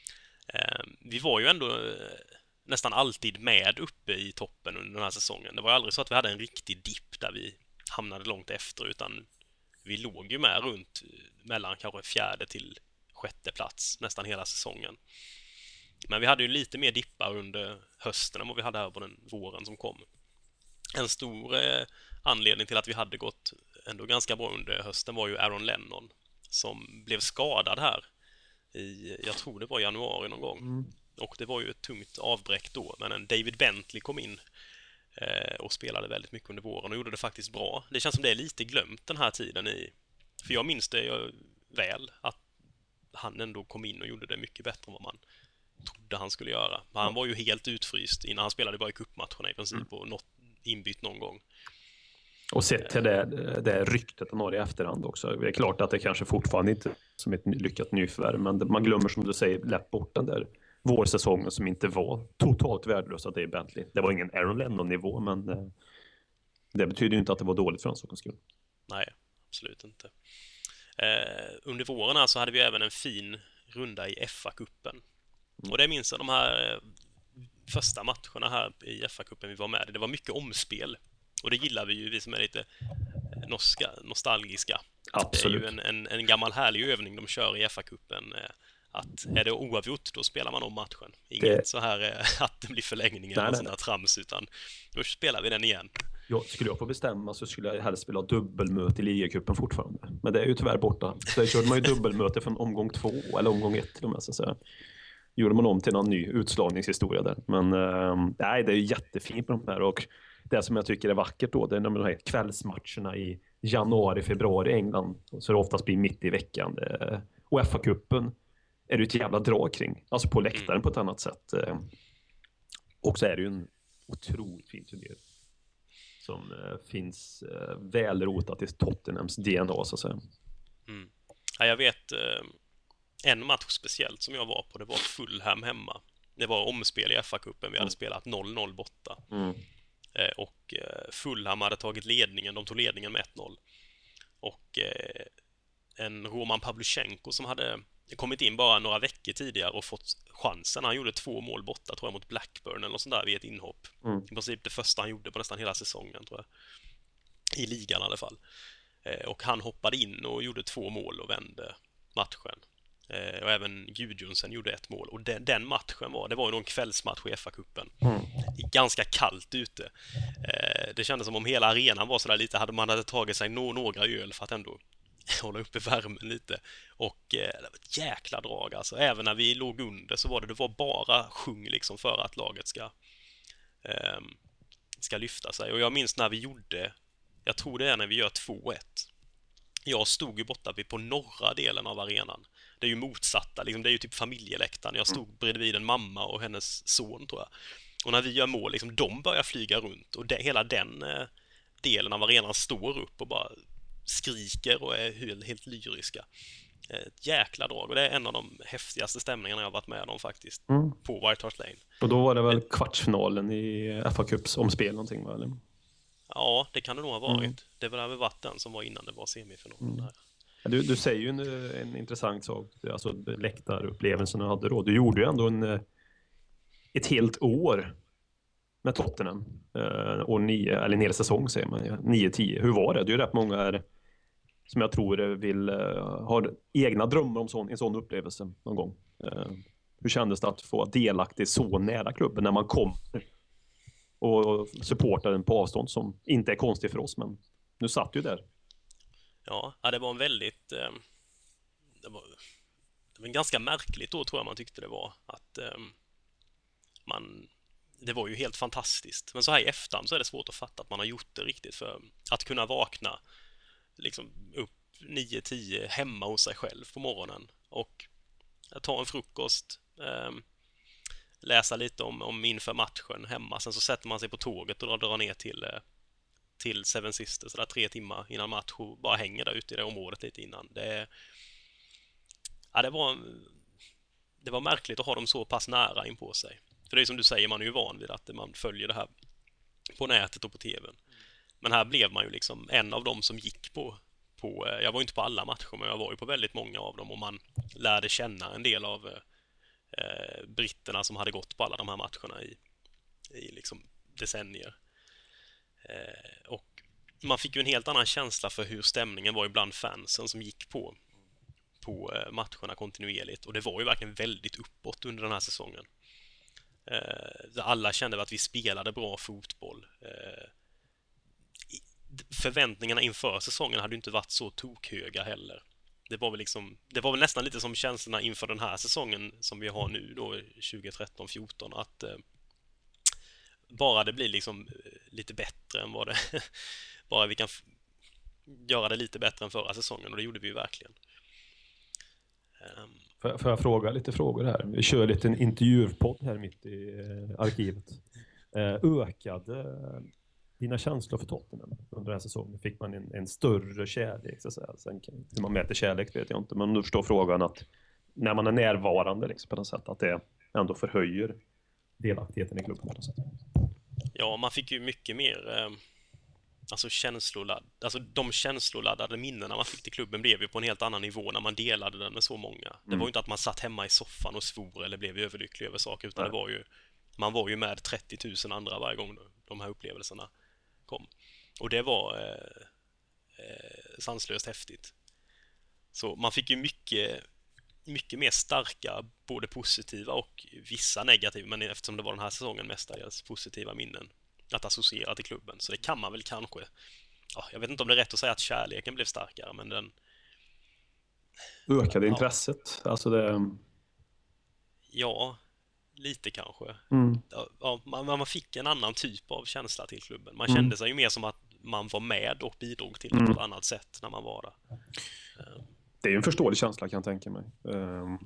Vi var ju ändå nästan alltid med uppe i toppen under den här säsongen. Det var ju aldrig så att vi hade en riktig dipp där vi hamnade långt efter, utan vi låg ju med runt mellan kanske fjärde till sjätte plats nästan hela säsongen. Men vi hade ju lite mer dippar under hösten än vad vi hade här på den våren som kom. En stor eh, anledning till att vi hade gått ändå ganska bra under hösten var ju Aaron Lennon, som blev skadad här i, jag tror det var januari någon gång. Mm. Och det var ju ett tungt avbräck då, men en David Bentley kom in eh, och spelade väldigt mycket under våren och gjorde det faktiskt bra. Det känns som det är lite glömt den här tiden i, för jag minns det ju väl att han ändå kom in och gjorde det mycket bättre än vad man trodde han skulle göra. Han var ju helt utfryst innan, han spelade bara i cupmatcherna i princip och något inbytt någon gång. Och sett till det, det ryktet han har i efterhand också. Det är klart att det kanske fortfarande inte är som ett lyckat nyförvärv, men man glömmer som du säger lätt bort den där vårsäsongen som inte var totalt värdelös att det är Bentley. Det var ingen Aaron Lennon-nivå, men det betyder ju inte att det var dåligt för hans sakens skull. Nej, absolut inte. Eh, under våren här så hade vi även en fin runda i F A-cupen. Mm. Och det minns jag de här eh, första matcherna här i F A-cupen vi var med. Det var mycket omspel. Och det gillar vi ju, vi som är lite noska, nostalgiska. Absolut. Det är ju en, en, en gammal härlig övning de kör i F A-cupen. Eh, att är det oavgjort, då spelar man om matchen. Inget det... så här eh, att det blir förlängning eller något sånt där trams, utan då spelar vi den igen. Ja, skulle jag få bestämma så skulle jag helst spela dubbelmöte i ligacupen fortfarande. Men det är ju tyvärr borta. Så där körde man ju dubbelmöte från omgång två eller omgång ett till och med, så att säga. Gjorde man om till någon ny utslagningshistoria där. Men äh, nej, det är ju jättefint med de här. Och det som jag tycker är vackert då, det är de här kvällsmatcherna i januari, februari i England. Så det oftast blir mitt i veckan. Och F A-cupen är det ju ett jävla drag kring. Alltså på läktaren på ett annat sätt. Och så är det ju en otroligt fin turnering som eh, finns eh, välrotat i Tottenhams D N A, så att säga. Mm. Ja, jag vet eh, en match speciellt som jag var på, det var Fulham hemma. Det var omspel i F A-cupen, vi hade mm. spelat noll noll borta. Mm. Eh, och eh, Fulham hade tagit ledningen, de tog ledningen med ett noll. Och eh, en Roman Pavlyuchenko som hade kommit in bara några veckor tidigare och fått chansen. Han gjorde två mål borta, tror jag, mot Blackburn eller något sånt där vid ett inhopp. Mm. I princip det första han gjorde på nästan hela säsongen, tror jag. I ligan i alla fall. Eh, och han hoppade in och gjorde två mål och vände matchen. Eh, och även Gudjonsen gjorde ett mål. Och den, den matchen var, det var ju då en kvällsmatch i F A-cupen. Mm. Ganska kallt ute. Eh, det kändes som om hela arenan var sådär lite, hade man hade tagit sig no- några öl för att ändå hålla uppe värmen lite. Och eh, det var ett jäkla drag alltså. Även när vi låg under så var det, det var bara sjung liksom för att laget ska eh, ska lyfta sig. Och jag minns när vi gjorde, jag tror det är när vi gör två ett. Jag stod ju borta på norra delen av arenan. Det är ju motsatta, liksom, det är ju typ familjeläktaren. Jag stod bredvid en mamma och hennes son, tror jag. Och när vi gör mål, liksom, de börjar flyga runt. Och det, hela den eh, delen av arenan står upp och bara skriker och är helt, helt lyriska. Ett jäkla drag. Och det är en av de häftigaste stämningarna jag har varit med om faktiskt. Mm. På White Hart Lane. Och då var det väl kvartsfinalen i F A-cups omspel någonting, va? Eller? Ja, det kan det nog ha varit. Mm. Det var väl varit den som var innan det var semifinalen mm. där. Ja, du, du säger ju en, en intressant sak. Alltså läktarupplevelsen du hade då. Du gjorde ju ändå en, ett helt år med Tottenham. Eh, år nio, eller ner säsong säger man. nio tio. Hur var det? Det är ju rätt många här som jag tror vill uh, ha egna drömmar om sån, en sån upplevelse någon gång. Uh, hur kändes det att få delaktig så nära klubben när man kommer och supportar den på avstånd som inte är konstigt för oss, men nu satt du där. Ja, det var en väldigt eh, det, var, det var en ganska märkligt då tror jag man tyckte det var att eh, man det var ju helt fantastiskt, men så här i efterhand så är det svårt att fatta att man har gjort det riktigt, för att kunna vakna liksom upp nio tio hemma hos sig själv på morgonen och ta en frukost, eh, läsa lite om, om inför matchen hemma, sen så sätter man sig på tåget och drar ner till eh, till Seven Sisters så där tre timmar innan match och bara hänger där ute i det området lite innan. Det, ja, det var det var märkligt att ha dem så pass nära in på sig. För det är som du säger, man är ju van vid att man följer det här på nätet och på tvn. Men här blev man ju liksom en av dem som gick på, på jag var ju inte på alla matcher, men jag var ju på väldigt många av dem och man lärde känna en del av eh, britterna som hade gått på alla de här matcherna i, i liksom decennier. Eh, och man fick ju en helt annan känsla för hur stämningen var ibland fansen som gick på på eh, matcherna kontinuerligt, och det var ju verkligen väldigt uppåt under den här säsongen. Eh, alla kände att vi spelade bra fotboll. Eh, förväntningarna inför säsongen hade ju inte varit så tokhöga heller. Det var väl liksom, det var väl nästan lite som känslorna inför den här säsongen som vi har nu då tjugo-tretton fjorton, att eh, bara det blir liksom lite bättre än vad det bara vi kan f- göra det lite bättre än förra säsongen, och det gjorde vi ju verkligen. Um, får, jag, får jag fråga lite frågor här? Vi kör lite en intervjupodd här mitt i eh, arkivet. Eh, ökade dina känslor för Tottenham under den här säsongen? Fick man en, en större kärlek så att säga? Sen, hur man mäter kärlek vet jag inte, men om du förstår frågan, att när man är närvarande liksom, på något sätt, att det ändå förhöjer delaktigheten i klubben på något sätt. Ja, man fick ju mycket mer eh, alltså känsloladd, alltså de känsloladdade minnena man fick till klubben blev ju på en helt annan nivå när man delade den med så många. Mm. Det var ju inte att man satt hemma i soffan och svor eller blev överlycklig över saker, utan Nej. det var ju man var ju med trettio tusen andra varje gång de här upplevelserna kom. Och det var eh, eh, sanslöst häftigt. Så man fick ju mycket mycket mer starka, både positiva och vissa negativa, men eftersom det var den här säsongen mestadels positiva minnen att associera till klubben, så det kan man väl kanske, ja, jag vet inte om det är rätt att säga att kärleken blev starkare, men den ökade ja. intresset, alltså det ja, lite kanske. Mm. Ja, man, man fick en annan typ av känsla till klubben. Man Mm. kände sig ju mer som att man var med och bidrog till mm. på ett annat sätt när man var där. Det är ju en förståelig känsla, kan jag tänka mig. Um,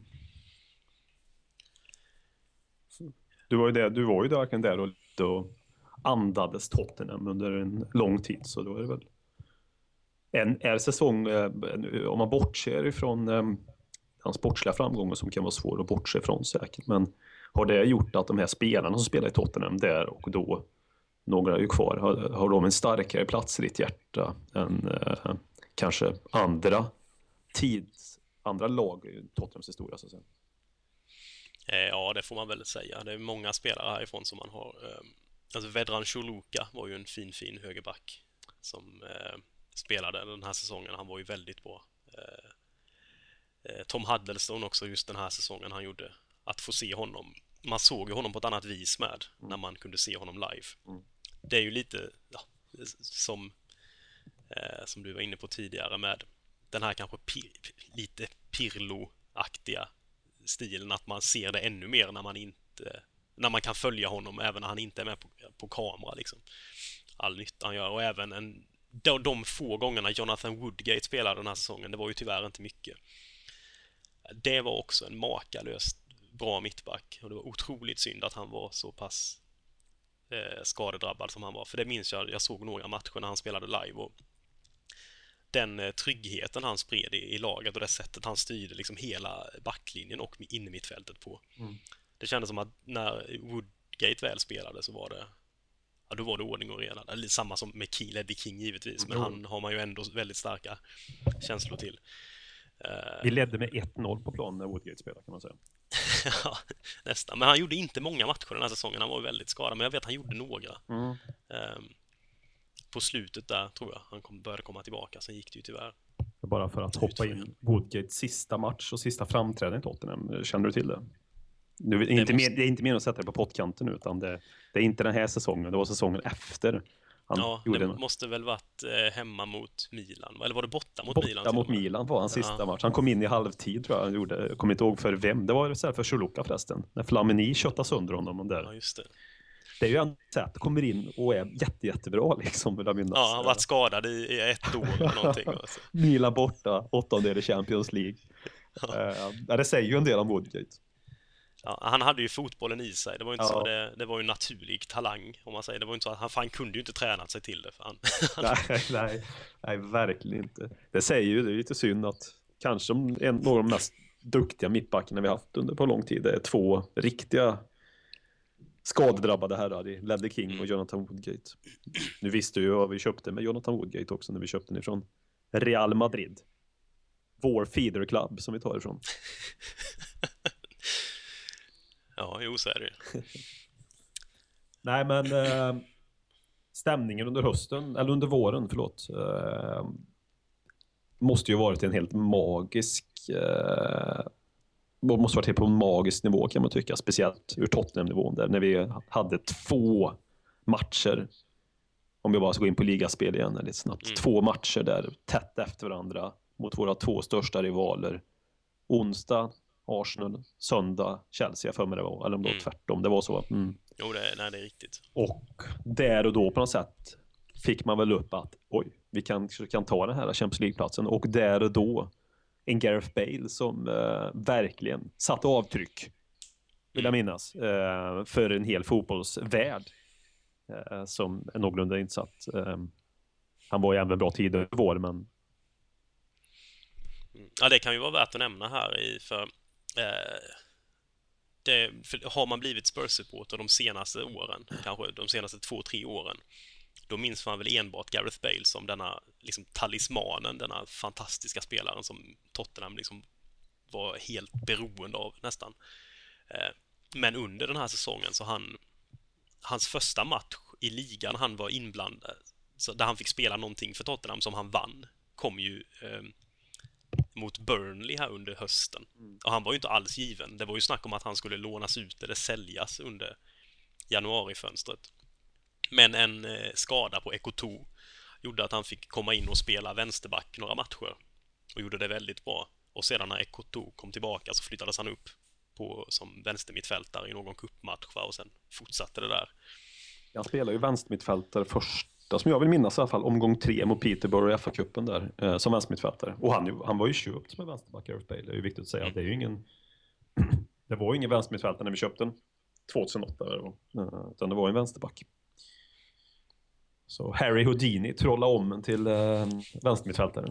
du var ju där, du var ju där, verkligen där och, och andades Tottenham under en lång tid, så då är det väl en är säsong, om man bortser ifrån um, den sportsliga framgången som kan vara svår att bortse ifrån säkert, men har det gjort att de här spelarna som spelar i Tottenham där och då, några är ju kvar, har, har de en starkare plats i ditt hjärta än uh, kanske andra tids, andra lag i Tottenhams historia så att säga? Ja, det får man väl säga. Det är många spelare härifrån som man har. Alltså Vedran Choluka var ju en fin, fin högerback som eh, spelade den här säsongen. Han var ju väldigt bra. Eh, Tom Huddlestone också just den här säsongen han gjorde. Att få se honom. Man såg ju honom på ett annat vis med mm. när man kunde se honom live. Mm. Det är ju lite ja, som eh, som du var inne på tidigare med den här kanske pir- lite Pirlo-aktiga stilen, att man ser det ännu mer när man inte när man kan följa honom även när han inte är med på, på kamera liksom. All nytta han gör, och även en, de, de få gångerna Jonathan Woodgate spelade den här säsongen, det var ju tyvärr inte mycket. Det var också en makalöst bra mittback, och det var otroligt synd att han var så pass eh, skadedrabbad som han var, för det minns jag, jag såg några matcher när han spelade live, och den eh, tryggheten han spred i, i laget och det sättet han styrde liksom hela backlinjen och inne mittfältet på. Mm. Det kändes som att när Woodgate väl spelade så var det ja, då var det ordning och reda. Eller samma som med Kiel Eddie King givetvis, men mm. han har man ju ändå väldigt starka känslor till. Vi ledde med ett noll på plan när Woodgate spelade, kan man säga. Ja, nästan. Men han gjorde inte många matcher den här säsongen. Han var ju väldigt skadad, men jag vet att han gjorde några. Mm. Um, på slutet där, tror jag, han kom, började komma tillbaka. Sen gick det ju tyvärr. Bara för att hoppa in Woodgates sista match och sista framträdande i Tottenham. Känner du till det? Nu, det, är inte måste... mer, det är inte mer att sätta det på pottkanten, utan det, det är inte den här säsongen. Det var säsongen efter. Han ja, gjorde det en... måste väl varit eh, hemma mot Milan. Eller var det borta mot borta Milan? Borta mot Milan var hans sista ja. match. Han kom in i halvtid, tror jag. Han gjorde. Jag kommer inte ihåg för vem. Det var så här för Chuluka förresten. När Flamini köttade sönder honom där. Ja, just det. Det är ju en sätt kommer in och är jätte, jättebra liksom, vill jag minnas. Ja, han har varit skadad i, i ett år eller någonting. Alltså. Milan borta, åttondel i Champions League. Ja. Uh, det säger ju en del om Woodgate. Ja, han hade ju fotbollen i sig. Det var ju inte ja. så det, det var ju en naturlig talang, om man säger. Det var ju inte så att han, han kunde ju inte tränat sig till det. För han. nej, nej, nej, verkligen inte. Det säger ju, det är lite synd att kanske en, några av de mest duktiga mittbackarna vi haft under på lång tid är två riktiga skadedrabbade herrar i Ledley King och Jonathan Woodgate. Nu visste ju vad vi köpte med Jonathan Woodgate också när vi köpte den ifrån Real Madrid. Vår feeder club som vi tar ifrån. Ja, jo, så är det. Nej, men äh, stämningen under hösten, eller under våren, förlåt, äh, måste ju varit en helt magisk äh, måste varit på en magisk nivå, kan man tycka, speciellt ur Tottenham-nivån där, när vi hade två matcher, om vi bara ska gå in på ligaspel igen lite snabbt, mm. två matcher där tätt efter varandra mot våra två största rivaler. Onsdag Arsenal, söndag Chelsea, för mig det var, eller om det var mm. tvärtom, det var så. Mm. Jo, det, nej, det är riktigt. Och där och då på något sätt fick man väl upp att oj, vi kan, kan ta den här Champions League-platsen, och där och då en Gareth Bale som uh, verkligen satte avtryck, vill jag minnas, uh, för en hel fotbollsvärld uh, som är någorlunda insatt. Uh, han var ju även bra tid i vår, men ja, det kan ju vara värt att nämna här i, för, uh, det, för har man blivit Spurs-supporter de senaste åren, kanske de senaste två, tre åren, då minns man väl enbart Gareth Bale som denna liksom talismanen, denna fantastiska spelaren som Tottenham liksom var helt beroende av nästan. Men under den här säsongen så han hans första match i ligan han var inblandad, så där han fick spela någonting för Tottenham som han vann, kom ju eh, mot Burnley här under hösten. Och han var ju inte alls given. Det var ju snack om att han skulle lånas ut eller säljas under januarifönstret. Men en eh, skada på Ekoto gjorde att han fick komma in och spela vänsterback några matcher. Och gjorde det väldigt bra. Och sedan när Ekoto kom tillbaka så flyttades han upp på, som vänstermittfältare i någon cupmatch. Och sen fortsatte det där. Han spelar ju vänstermittfältare första, som jag vill minnas i alla fall, omgång tre mot Peterborough i F A-cupen där, eh, som vänstermittfältare. Och han, han var ju köpt som en vänsterback, Gareth Bale. Det är ju viktigt att säga. Mm. Det är ju ingen det var ju ingen vänstermittfältare när vi köpte den tjugohundraåtta, uh, utan det var en vänsterback. Så Harry Houdini trollade om en till uh, vänstermittfältare.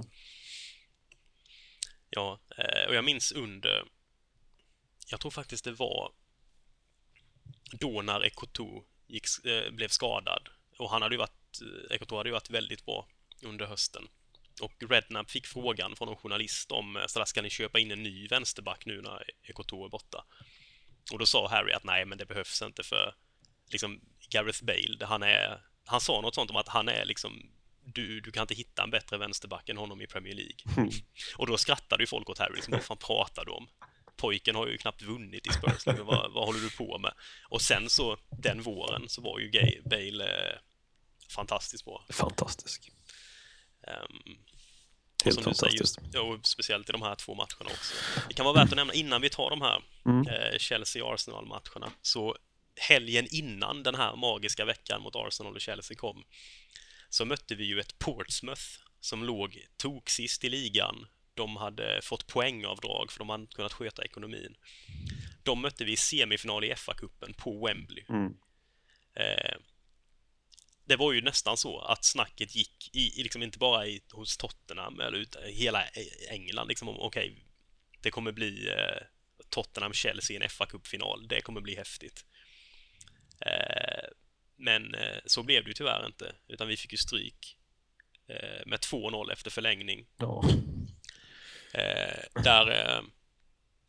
Ja, och jag minns under, jag tror faktiskt det var då när Ekoto gick, äh, blev skadad. Och han hade ju varit, Ekoto hade ju varit väldigt bra under hösten. Och Redknapp fick frågan från en journalist om så där, ska ni köpa in en ny vänsterback nu när Ekoto är borta? Och då sa Harry att nej, men det behövs inte, för liksom Gareth Bale, han är, han sa något sånt om att han är liksom, du, du kan inte hitta en bättre vänsterback än honom i Premier League. Mm. Och då skrattade ju folk åt Harry, liksom, vad fan pratar du om? Pojken har ju knappt vunnit i Spurs, liksom, vad, vad håller du på med? Och sen så, den våren så var ju Gay, Bale eh, fantastiskt bra. Fantastisk. Um, Helt fantastiskt. Just, och speciellt i de här två matcherna också. Det kan vara värt att nämna innan vi tar de här mm. eh, Chelsea-Arsenal-matcherna. Så helgen innan den här magiska veckan mot Arsenal och Chelsea kom, så mötte vi ju ett Portsmouth som låg tok sist i ligan. De hade fått poängavdrag för de hade kunnat sköta ekonomin. De mötte vi i semifinal i F A-cupen på Wembley. Mm. Eh, det var ju nästan så att snacket gick i, liksom inte bara i, hos Tottenham eller ut, hela England liksom, om okej, okay, det kommer bli eh, Tottenham-Chelsea i en F A-cupfinal. Det kommer bli häftigt. Eh, men eh, så blev det ju tyvärr inte, utan vi fick ju stryk eh, med två noll efter förlängning. Ja. Eh, där eh,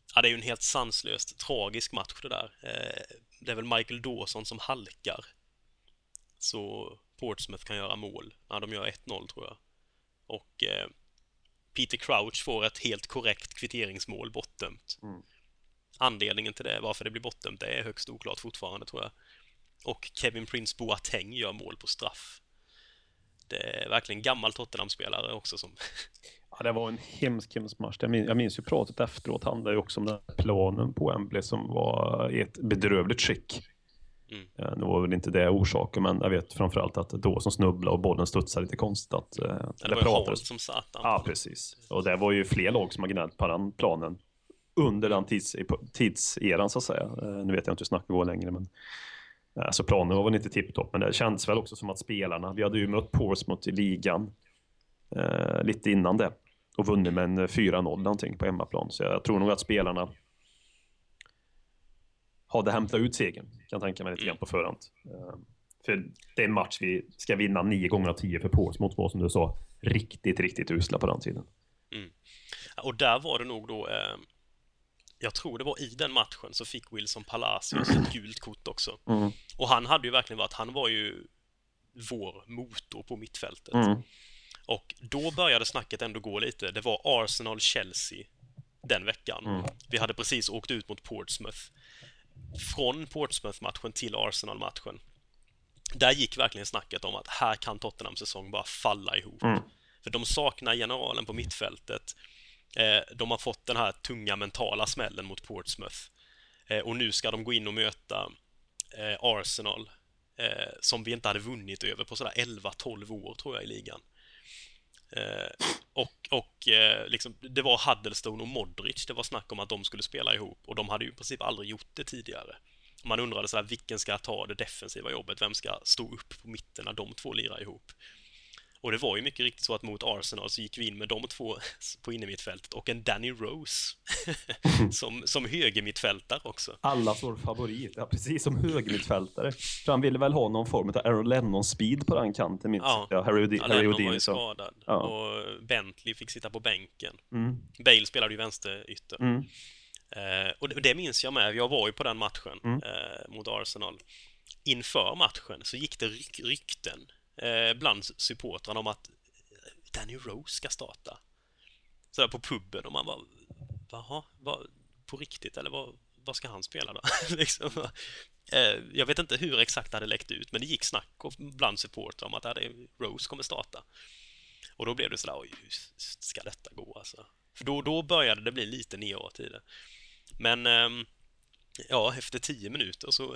Ja, det är ju en helt sanslöst tragisk match det där. Eh, det är väl Michael Dawson som halkar. Så Portsmouth kan göra mål. Ja, de gör ett noll tror jag. Och eh, Peter Crouch får ett helt korrekt kvitteringsmål bortdömt. Mm. Anledningen till det, varför det blir bortdömt, det är högst oklart fortfarande tror jag. Och Kevin Prince Boateng gör mål på straff. Det är verkligen gammal Tottenham-spelare också som... Ja, det var en hemsk, hemsk match. Jag minns, jag minns ju pratet efteråt handlade ju också om den här planen på Wembley som var i ett bedrövligt skick. Mm. Det var väl inte det orsaken, men jag vet framförallt att då som snubblade och bollen studsade lite konstigt. Att, ja, det, det var ju hål som satt. Ja, precis. Och det var ju fler lag som har gnällt på den planen under den tids, tidseran så att säga. Nu vet jag inte hur snacket går längre, men alltså planen var väl inte tipptopp, men det känns väl också som att spelarna, vi hade ju mött Portsmouth i ligan eh, lite innan det och vunnit med en fyra noll någonting på hemmaplan, så jag tror nog att spelarna hade hämtat ut segern, kan jag tänka mig lite grann på förhand. Eh, för det är en match vi ska vinna nio gånger av tio, för Portsmouth var som du sa riktigt, riktigt usla på den tiden. Mm. Och där var det nog då eh... jag tror det var i den matchen så fick Wilson Palacios ett gult kort också. Mm. Och han hade ju verkligen varit, han var ju vår motor på mittfältet. Mm. Och då började snacket ändå gå lite. Det var Arsenal-Chelsea den veckan. Mm. Vi hade precis åkt ut mot Portsmouth. Från Portsmouth-matchen till Arsenal-matchen. Där gick verkligen snacket om att här kan Tottenhams säsong bara falla ihop. Mm. För de saknar generalen på mittfältet. De har fått den här tunga mentala smällen mot Portsmouth. Och nu ska de gå in och möta Arsenal, som vi inte hade vunnit över på sådär elva tolv år tror jag i ligan. Och, och liksom, det var Huddlestone och Modric, det var snack om att de skulle spela ihop. Och de hade ju i princip aldrig gjort det tidigare. Man undrade sådär, vilken ska ta det defensiva jobbet? Vem ska stå upp på mitten när de två lirar ihop? Och det var ju mycket riktigt så att mot Arsenal så gick vi in med de två på innermittfältet och en Danny Rose som, som högermittfältare också. Allas vår favorit, ja, precis som högermittfältare. För han ville väl ha någon form av Aaron Lennon-speed på den kanten. Minst. Ja, ja, Harry, ja Harry Lennon var ju skadad. Ja. Och Bentley fick sitta på bänken. Mm. Bale spelade ju vänsterytter. Mm. Eh, och det, det minns jag med. Jag var ju på den matchen mm. eh, mot Arsenal. Inför matchen så gick det ryk, rykten bland supportrarna om att Danny Rose ska starta. Så där på pubben och man bara, jaha, vad, på riktigt eller vad, vad ska han spela då? liksom. Jag vet inte hur exakt det hade läckt ut, men det gick snack bland supportrar om att Rose kommer starta. Och då blev det sådär, oj, hur ska detta gå alltså? För då, då började det bli lite neråt i det. Men ja, efter tio minuter så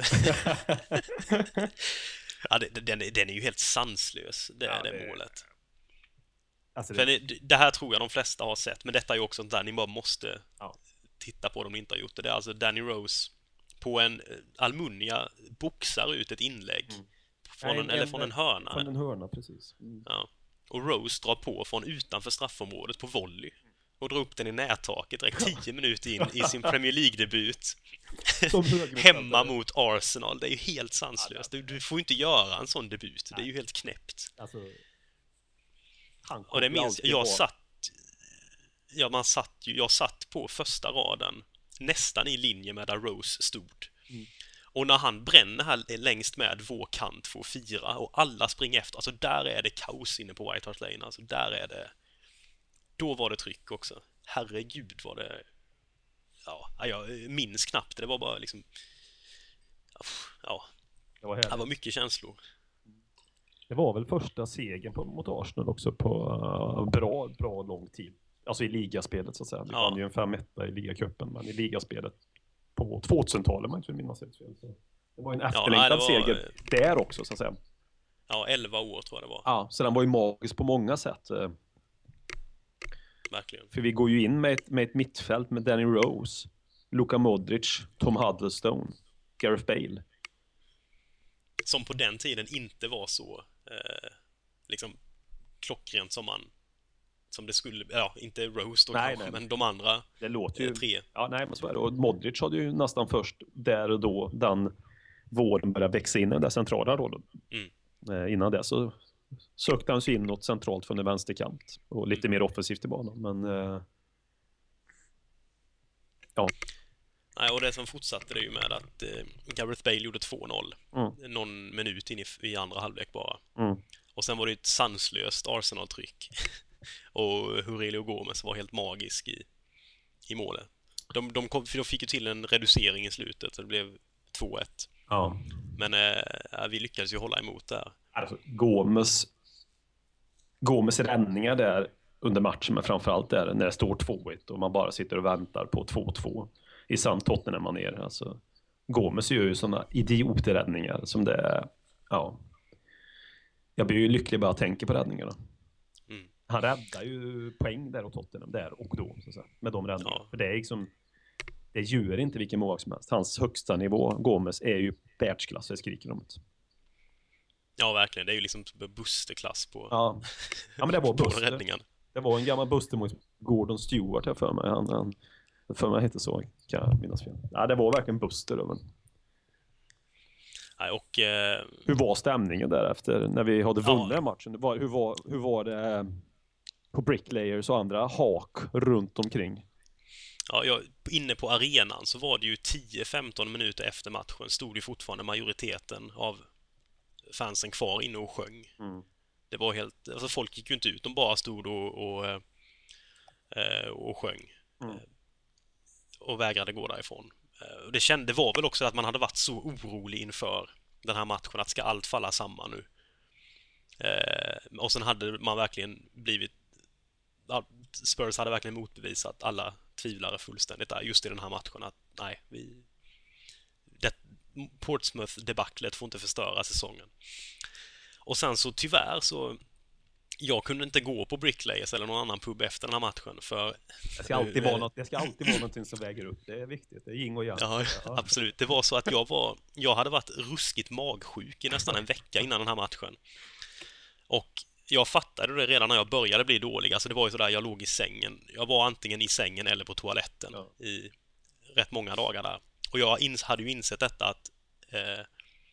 ja, det, den, den är ju helt sanslös, det, ja, det, det målet. Alltså det... För det, det här tror jag de flesta har sett, men detta är ju också där ni bara måste ja. titta på om ni inte har gjort det. Det är alltså Danny Rose på en Almunia boxar ut ett inlägg mm. från en, Nej, eller en, från en hörna. Från en hörna, precis. Mm. Ja. Och Rose drar på från utanför straffområdet på volley och drar upp den i nättaket direkt tio minuter in i sin Premier League-debut. Hemma mot Arsenal. Det är ju helt sanslöst. Du, du får ju inte göra en sån debut. Det är ju helt knäppt. Alltså, och det minns jag, jag satt ja, man satt ju, jag satt på första raden nästan i linje med där Rose stod. Mm. Och när han bränner här längst med vår kant för att fira och alla springer efter, alltså där är det kaos inne på White Hart Lane. Alltså där är det, då var det tryck också. Herregud var det, ja, jag minns knappt. Det var bara liksom, ja, det var, det var mycket känslor. Det var väl första segern på, mot Arsenal också på uh, bra, bra lång tid. Alltså i ligaspelet så att säga. Vi ja. vann ju en fem ett i ligacupen, men i ligaspelet på tvåtusentalet man inte minnas helt fel. Så det var en efterlängtad ja, var... seger där också så att säga. Ja, elva år tror jag det var. Ja, så den var ju magisk på många sätt. Verkligen. För vi går ju in med ett, med ett mittfält med Danny Rose, Luka Modric, Tom Huddlestone, Gareth Bale. Som på den tiden inte var så eh, liksom klockrent som man som det skulle, ja, inte Rose då, nej, nej. men de andra det låter ju, eh, tre. Ja, nej, men så är det. Och Modric hade ju nästan först där och då den våren började växa in i den där centrala rollen. Mm. Eh, innan det så sökte han sig in något centralt från en vänsterkant och lite mm. mer offensivt i banan, men eh, Ja. Nej, och det som fortsatte det ju med att eh, Gareth Bale gjorde två noll. Mm. Någon minut in i, i andra halvlek bara. Mm. Och sen var det ett sanslöst Arsenal-tryck. Och Aurelio Gomes var helt magisk i, i målet. De, de, kom, för de fick ju till en reducering i slutet, så det blev två ett. Ja. Men eh, vi lyckades ju hålla emot där. Alltså, Gomes, Gomes räddningar där under matchen, men framförallt där när det står två ett och man bara sitter och väntar på två två i sann Tottenham-manér. Alltså, Gomes gör ju sådana idioträddningar som det är, ja. Jag blir ju lycklig bara jag tänker på räddningarna. Mm. Han räddar ju poäng där åt Tottenham, där och då, så att säga, med de räddningarna. Ja. För det är liksom, det gör inte vilken målvakt som helst. Hans högsta nivå, Gomes, är ju världsklass, jag skriker om det. Ja, verkligen. Det är ju liksom Buster-klass på, Ja. Ja, men det var på Buster. räddningen. Det var en gammal Buster mot Gordon Stewart här för mig. Han, han för mig hette så, kan jag minnas fel. Ja, det var verkligen Buster då, men... Nej, och... Eh... Hur var stämningen där efter när vi hade vunnit ja. matchen? Var, hur, var, hur var det på Bricklayers och andra hak runt omkring? Ja, jag, inne på arenan så var det ju tio femton minuter efter matchen stod ju fortfarande majoriteten av fansen kvar inne och sjöng. Mm. Det var helt, alltså folk gick ju inte ut, de bara stod och och, eh, och sjöng. Mm. Och vägrade gå därifrån. Det kände, det var väl också att man hade varit så orolig inför den här matchen, att ska allt falla samman nu. Eh, och sen hade man verkligen blivit, Spurs hade verkligen motbevisat alla tvivlare fullständigt där, just i den här matchen, att nej, vi det, Portsmouth-debaclet får inte förstöra säsongen. Och sen så tyvärr så jag kunde inte gå på Bricklayers eller någon annan pub efter den här matchen, för det ska alltid vara något, det ska alltid vara någonting som väger upp. Det är viktigt. Det är yin och yang. Ja, ja, absolut. Det var så att jag var jag hade varit ruskigt magsjuk i nästan en vecka innan den här matchen. Och jag fattade det redan när jag började bli dålig. Alltså det var ju så där, jag låg i sängen. Jag var antingen i sängen eller på toaletten ja. i rätt många dagar där. Och jag ins- hade ju insett detta att eh,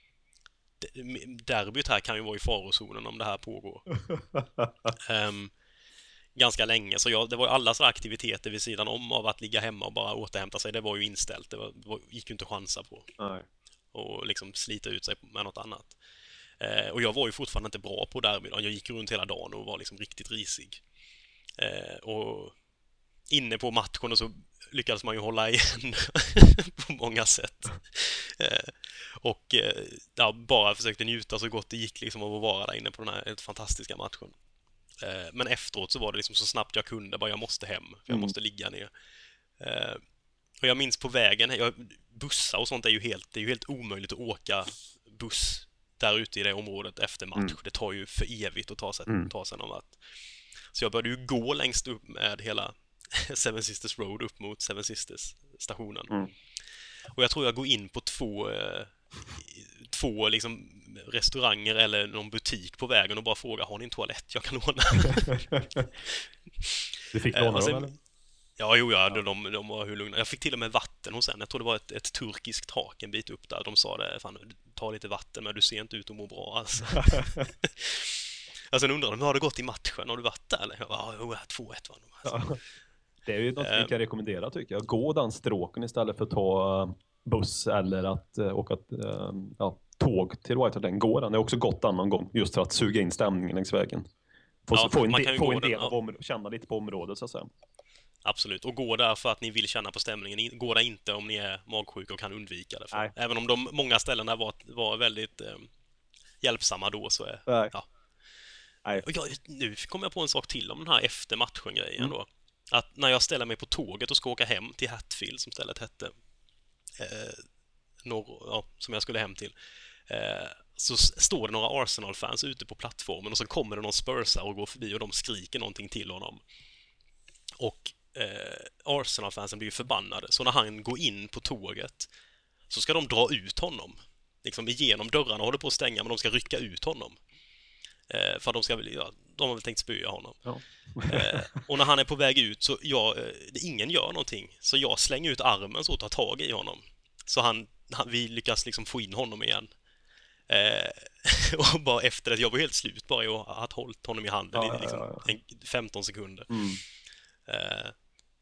derbyt här kan ju vara i farozonen om det här pågår. um, ganska länge, så jag, det var ju alla sådana aktiviteter vid sidan om av att ligga hemma och bara återhämta sig, det var ju inställt, det, var, det var, gick ju inte att chansa på. Nej. Och liksom slita ut sig med något annat. Uh, och jag var ju fortfarande inte bra på derbyt, jag gick runt hela dagen och var liksom riktigt risig. Uh, och inne på matchen och så lyckades man ju hålla igen på många sätt. Eh, och eh, ja, bara försökte njuta så gott det gick liksom av att vara där inne på den här helt fantastiska matchen. Eh, men efteråt så var det liksom så snabbt jag kunde, bara jag måste hem, för jag mm. måste ligga ner. Eh, och jag minns på vägen, jag, bussar och sånt är ju helt, det är ju helt omöjligt att åka buss där ute i det området efter match. Mm. Det tar ju för evigt att ta sig, mm. ta sig någon vart. Så jag började ju gå längst upp med hela Seven Sisters Road upp mot Seven Sisters stationen. Mm. Och jag tror jag går in på två eh, två liksom restauranger eller någon butik på vägen och bara frågar, har ni en toalett jag kan låna? Du fick låna eh, sen, dem eller? Ja, jo, ja, de, de, de var hur lugna. Jag fick till och med vatten hos en. Jag tror det var ett, ett turkiskt tak en bit upp där. De sa det, fan, ta lite vatten men du ser inte ut att må bra alltså. Alltså jag undrade, har det gått i matchen? Har du varit där? Eller? Ja, jo, två ett var de. Alltså. Ja. Det är ju något vi kan rekommendera tycker jag. Gå den stråken istället för att ta buss eller att uh, åka uh, ja, tåg till White Hart Lane. Gå den. Det är också gott annan gång just för att suga in stämningen längs vägen. Få, ja, få en, de, få en del den, av området, känna lite på området så att säga. Absolut, och gå där för att ni vill känna på stämningen. Gå där inte om ni är magsjuka och kan undvika det. För även om de många ställen där var, var väldigt eh, hjälpsamma då så är... Nej. Ja. Nej. Och jag, nu kommer jag på en sak till om den här efter matchen-grejen mm. då. Att när jag ställer mig på tåget och ska åka hem till Hatfield, som stället hette, eh, norr, ja, som jag skulle hem till, eh, så står det några Arsenal-fans ute på plattformen och så kommer det någon Spursar och går förbi och de skriker någonting till honom. Och eh, Arsenal-fansen blir ju förbannade, så när han går in på tåget så ska de dra ut honom. Liksom igenom dörrarna, håller på att stänga, men de ska rycka ut honom. Eh, för de ska väl, ja, de har väl tänkt spöa honom. Ja. eh, och när han är på väg ut så jag, eh, ingen gör någonting. Så jag slänger ut armen så och tar tag i honom. Så han, han vi lyckas liksom få in honom igen. Eh, och bara efter det, jag var helt slut bara i att ha hållit honom i handen ja, i liksom, ja, ja. En, femton sekunder. Mm. Eh,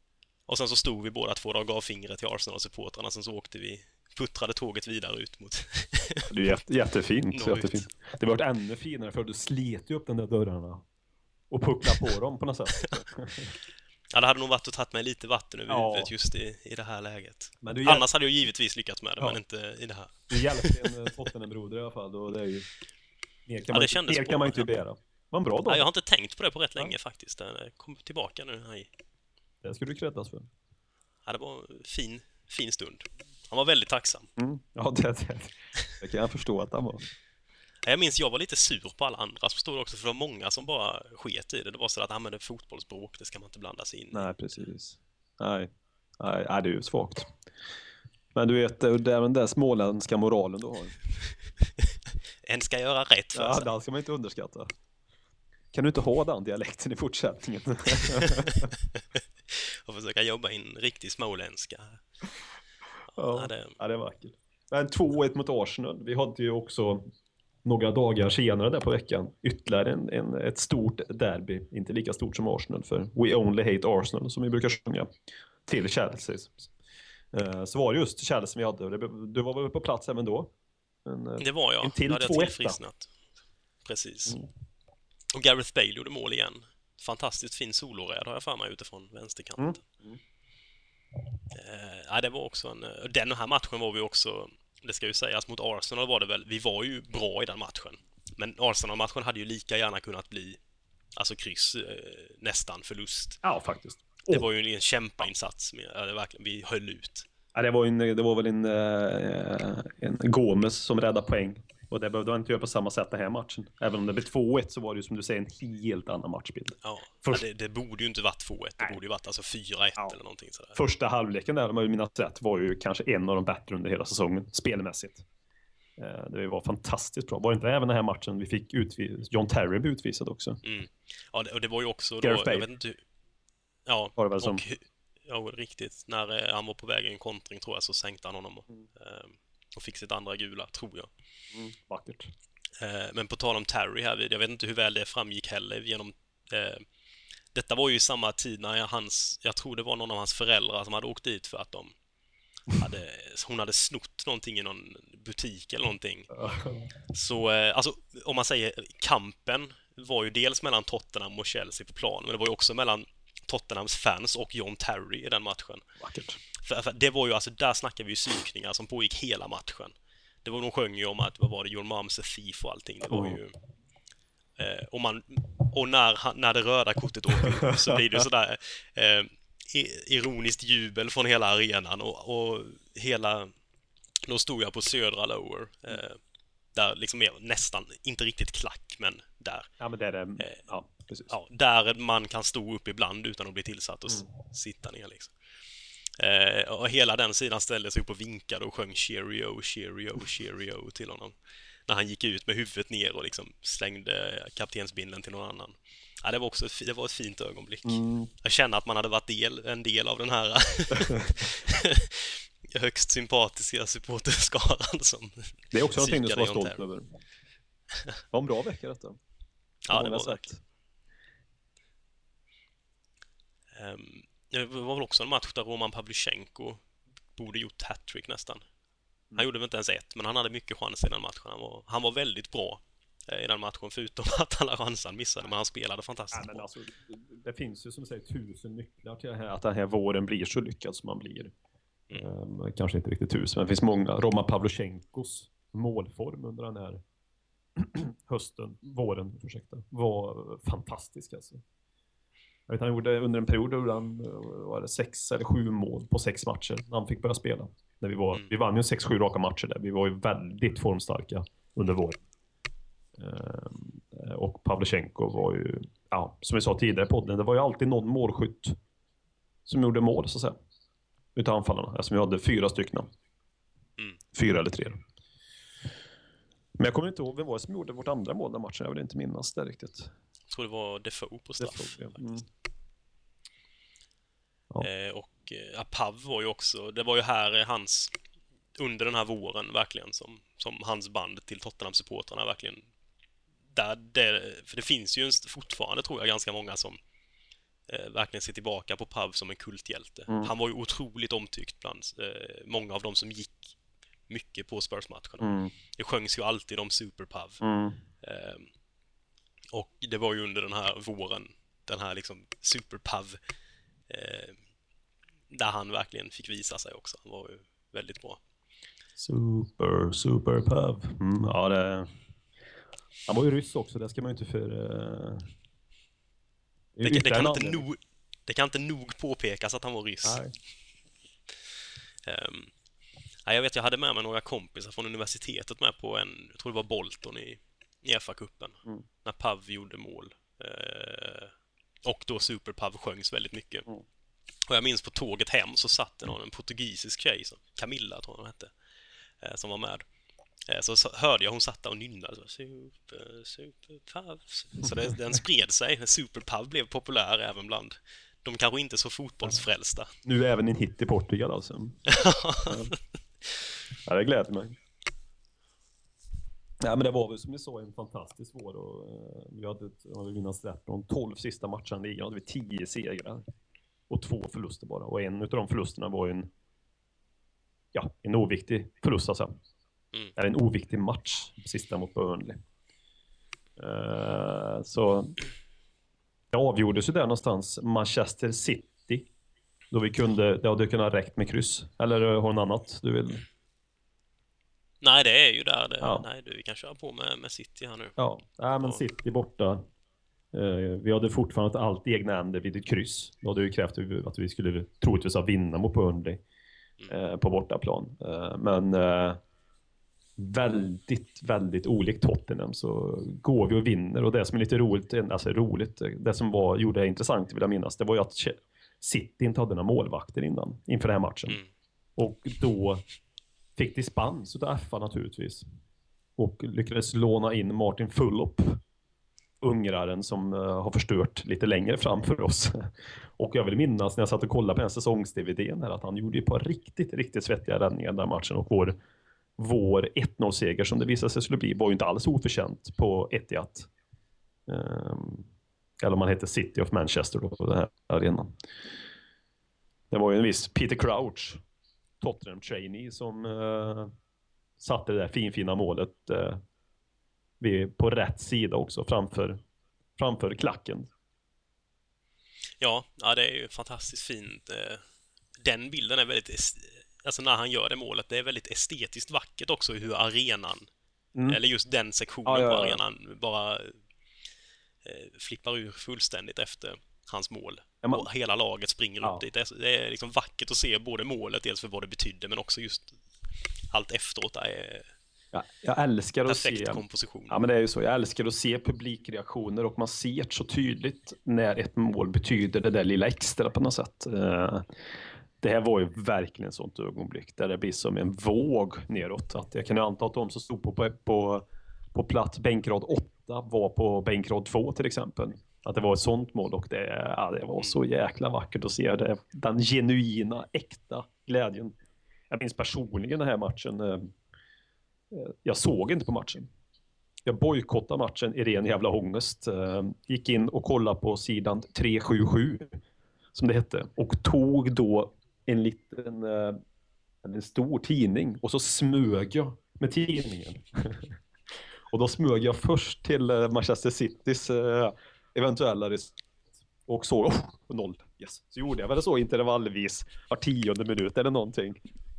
Och sen så stod vi båda två och gav fingret till Arsenal-supportrarna, sen så åkte vi, puttrade tåget vidare ut mot... Det är jätte, jättefint, Nå jättefint. Det var ännu finare för du slet ju upp den där dörrarna och pucklade på dem på något sätt. Ja, det hade nog varit att tagit mig lite vatten över Ja. huvudet just i, i det här läget. Men du hjäl- Annars hade jag givetvis lyckats med det, Ja. men inte i det här. Du hjälpte en Tottenham-broder i alla fall, och det är ju... Mer kan Ja, man, det kändes mer bra. kan man inte begära. Vad en bra dag. Ja, jag har inte tänkt på det på rätt länge faktiskt. Jag kom tillbaka nu. Hej. Det ska du kreddas för. Ja, det var en fin, fin stund. Han var väldigt tacksam. Mm. Ja, det, det, det kan jag förstå att han var. Jag minns jag var lite sur på alla andra, så stod det också, för det var många som bara sket i det. Det var så att ah, men det är fotbollsbråk, det ska man inte blanda sig in i. Nej, precis. Nej, nej, nej det är ju svagt. Men du vet, det är den där småländska moralen du har. En ska göra rätt för Ja, sig. den ska man inte underskatta. Kan du inte ha den dialekten i fortsättningen? Och försöka jobba in riktig småländska. Ja, Ja, det... ja, det är vackert. Men två ett mot Arsenal. Vi hade ju också några dagar senare där på veckan ytterligare en, en, ett stort derby. Inte lika stort som Arsenal, för We Only Hate Arsenal som vi brukar sjunga till Chelsea. Eh, så var det just Chelsea vi hade. Du var väl på plats även då? En, Det var jag. En till Då hade jag två ett. tillfrisknat. Precis. Mm. Och Gareth Bale gjorde mål igen. Fantastiskt fin soloräd har jag för mig utifrån vänsterkanten. Mm. Mm. Eh, ja, det var också en... Den här matchen var vi också... Det ska ju sägas, mot Arsenal var det väl... Vi var ju bra i den matchen. Men Arsenal-matchen hade ju lika gärna kunnat bli... Alltså kryss, eh, nästan förlust. Ja, faktiskt. Det var ju en kämpainsats. Med, ja, det verkligen, vi höll ut. Ja, det, var en, det var väl en, eh, en Gomes som räddade poäng. Och det behövde man inte göra på samma sätt den här matchen. Även om det blev två ett så var det ju som du säger en helt annan matchbild. Ja, Först- ja det, det borde ju inte varit två ett. Det Nej. borde ju varit alltså fyra ett Ja. eller någonting sådär. Första halvleken där, om jag minns rätt, var ju kanske en av de bättre under hela säsongen, spelmässigt. Eh, det var fantastiskt bra. Var det inte även den här matchen vi fick utvis- John Terry blev utvisad också? Mm. Ja, det, och det var ju också då... Gareth Bale. Jag vet inte hur... Ja, Var det väl som- och, hu- ja, riktigt. När eh, han var på väg i en kontring tror jag så sänkte han honom och, eh, och fick sitt andra gula, tror jag. Mm, vackert. Eh, men på tal om Terry här vid, jag vet inte hur väl det framgick heller genom... Eh, detta var ju i samma tid när jag, hans, jag tror det var någon av hans föräldrar som hade åkt dit för att de hade, hon hade snott någonting i någon butik eller någonting. Så, eh, alltså, om man säger kampen var ju dels mellan Tottenham och Chelsea på plan, men det var ju också mellan Tottenhams fans och John Terry i den matchen. Vackert. För, för det var ju, alltså, där snackar vi ju psykningar som pågick hela matchen. Det var, de sjöng ju om att, vad var det, Your mom's a thief och allting. Det var Oh. ju... Eh, och, man, och när, han- när det röda kortet åker upp så blir det sådär eh, i- ironiskt jubel från hela arenan och, och hela... Då stod jag på södra lower. Eh, där liksom är nästan, inte riktigt klack, men där. Ja, men det är det. Ja, precis. Ja, där man kan stå upp ibland utan att bli tillsatt och s- sitta ner liksom. Eh, och hela den sidan ställde sig upp och vinkade och sjöng cheerio, cheerio, cheerio till honom. När han gick ut med huvudet ner och liksom slängde kaptensbindeln till någon annan. Ja, det var också ett, fi- det var ett fint ögonblick. Mm. Jag kände att man hade varit del, en del av den här högst sympatiska supporterskaran som Det är också någonting du ska psykade vara John stolt Terry. över. Det var en bra vecka detta. Ja, det många var sätt. verkligen. Ehm, det var väl också en match där Roman Pavlyuchenko borde gjort hattrick nästan. Han gjorde väl inte ens ett, men han hade mycket chans i den matchen. Han var, han var väldigt bra eh, i den matchen, förutom att alla chanser han missade, men han spelade fantastiskt Ja, men bra. alltså, det finns ju som säger tusen nycklar till det här, att den här våren blir så lyckad som man blir. Mm. Ehm, kanske inte riktigt tusen, men det finns många. Roman Pavlyuchenkos målform under den här hösten, våren, ursäkta, var fantastisk alltså. Jag vet, han gjorde under en period gjorde han var det sex eller sju mål på sex matcher när han fick börja spela. När vi, var, Mm. vi vann ju sex, sju raka matcher där. Vi var ju väldigt formstarka under våren. Ehm, och Pavlyuchenko var ju, ja, som vi sa tidigare på podden, det var ju alltid någon målskytt som gjorde mål, så att säga. Utav anfallarna. Alltså vi hade fyra stycken. Mm. Fyra eller tre. Men jag kommer inte ihåg vem var det som gjorde vårt andra mål den matchen. Jag vill inte minnas det riktigt. Jag tror det var Defoe på straff. Defoe, ja. faktiskt. Mm. Ja. Eh, och eh, ja, Pav var ju också, det var ju här eh, hans, under den här våren verkligen, som, som hans band till Tottenham-supportrarna verkligen, där det, för det finns ju en, fortfarande tror jag ganska många som eh, verkligen se tillbaka på Pav som en kulthjälte. Mm. Han var ju otroligt omtyckt bland eh, många av dem som gick mycket på Spurs-matcherna. Mm. Det sjöngs ju alltid om Super Pav. Mm. Eh, och det var ju under den här våren, den här liksom Super Pav, eh, där han verkligen fick visa sig också. Han var ju väldigt bra. Super, super Pav. Mm, ja, det... Han var ju ryss också, det ska man ju inte för... Uh... Det, det, kan inte nog, det kan inte nog påpekas att han var ryss. Nej. Um, nej, jag vet, jag hade med mig några kompisar från universitetet med på en, jag tror det var Bolton i, i F A-cupen. Mm. När Pav gjorde mål. Uh, och då Super Pav sjöngs väldigt mycket. Mm. Och jag minns på tåget hem så satt det någon, en portugisisk tjej, som, Camilla tror jag hon hette, uh, som var med. Så, så hörde jag hon satt där och nynnade så, super, super Pav. Så det, den spred sig. Super Pav blev populär även bland de kanske inte så fotbollsfrälsta. Nu är även en hit i Portugal alltså. Ja, det gläder mig. Ja, men det var väl som vi sa en fantastisk vår. Och, uh, vi hade ett, om vi minns rätt, de tolv sista matcherna i ligan hade vi tio segrar. Och två förluster bara. Och en av de förlusterna var ju en, ja, en oviktig förlust alltså. Mm. Det är en oviktig match, sista mot Burnley. Uh, så det avgjordes ju där någonstans, Manchester City. Då vi kunde, det hade kunnat räckt med kryss. Eller har något annat du vill? Nej, det är ju där. Det, ja. Nej, du, vi kan köra på med, med City här nu. Ja, äh, men City borta. Uh, vi hade fortfarande allt egna änder vid ett kryss. Då hade ju krävt att vi skulle troligtvis ha vinna mot Burnley uh, mm. på bortaplan. Uh, men... Uh, väldigt, väldigt olikt Tottenham så går vi och vinner, och det som är lite roligt, alltså roligt, det som var, gjorde det intressant vill jag minnas, det var ju att City inte hade några målvakter innan, inför den här matchen. Mm. Och då fick dispens utav F A naturligtvis. Och lyckades låna in Martin Fulop, ungraren som uh, har förstört lite längre fram för oss. Och jag vill minnas när jag satt och kollade på en säsongs-D V D här att han gjorde ju på riktigt, riktigt svettiga räddningar den matchen, och vår Vår ett noll-seger som det visade sig skulle bli var ju inte alls oförtjänt på Etihad. Um, eller om man heter City of Manchester då, på den här arenan. Det var ju en viss Peter Crouch, Tottenham trainee, som uh, satte det där finfina målet uh, vid, på rätt sida också, framför, framför klacken. Ja, ja, det är ju fantastiskt fint. Den bilden är väldigt... Alltså när han gör det målet, det är väldigt estetiskt vackert också hur arenan, mm. eller just den sektionen ja, ja, ja. på arenan bara eh, flippar ur fullständigt efter hans mål. Ja, man... Och hela laget springer ja. upp dit. Det är, det är liksom vackert att se både målet, dels för vad det betydde, men också just allt efteråt. Det är ja, jag älskar att perfekt se komposition. Ja, men det är ju så. Jag älskar att se publikreaktioner, och man ser så tydligt när ett mål betyder det där lilla extra på något sätt. Uh... Det här var ju verkligen ett sånt ögonblick där det blir som en våg neråt. Att jag kan ju anta att de som stod på, på, på plats bänkrad åtta var på bänkrad två till exempel. Att det var ett sånt mål, och det, ja, det var så jäkla vackert att se det, den genuina, äkta glädjen. Jag minns personligen den här matchen. Jag såg inte på matchen. Jag bojkottade matchen i ren jävla ångest. Gick in och kollade på sidan tre sju sju som det hette, och tog då en liten en stor tidning och så smög jag med tidningen. Och då smög jag först till Manchester Citys eventuella och så oh, noll. Yes. Så gjorde jag väl så intervallvis var tionde minut eller någonting.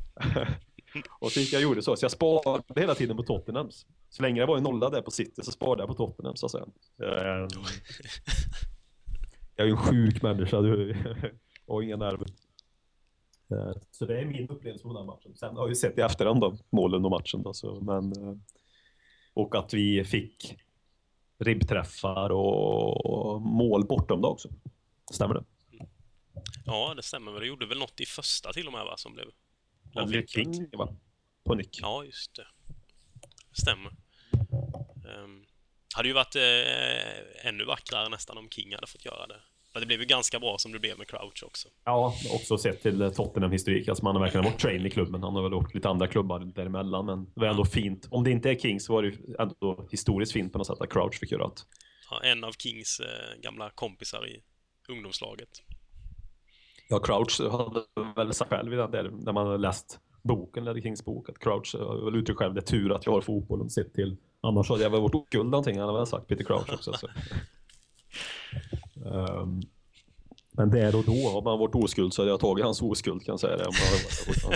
Och så gick jag gjorde så så jag sparade hela tiden på Tottenhams. Så länge det var en nolla där på City så sparade jag på Tottenham så att säga. Jag är ju en sjuk människa, du har inga nerver. Så det är min upplevelse på den matchen. Sen har jag ju sett i efterhand då, målen och matchen då, så, men, och att vi fick ribbträffar och mål bortom det också. Stämmer det? Ja, det stämmer. Men det gjorde väl något i första till och med, va, som blev avvikat. Va? På nick. Ja, just det. Stämmer. Um, hade ju varit eh, ännu vackrare nästan om King hade fått göra det. Men det blev ju ganska bra som det blev med Crouch också. Ja, också sett till Tottenham-historik. Alltså man har verkligen varit train i klubben. Han har väl åkt lite andra klubbar däremellan. Men det var ändå fint. Om det inte är King så var det ändå historiskt fint på något sätt att Crouch fick göra det. Ja, en av Kings eh, gamla kompisar i ungdomslaget. Ja, Crouch hade väl sagt själv i den där, när man har läst boken, Ledley Kings bok, att Crouch väl uttryckt själv, det är tur att jag har fotbollen sett till. Annars hade jag väl varit oskuld någonting, han har väl sagt Peter Crouch också. Så. um, men där och då, om man varit oskuld så hade jag tagit hans oskuld, kan jag säga det. Om man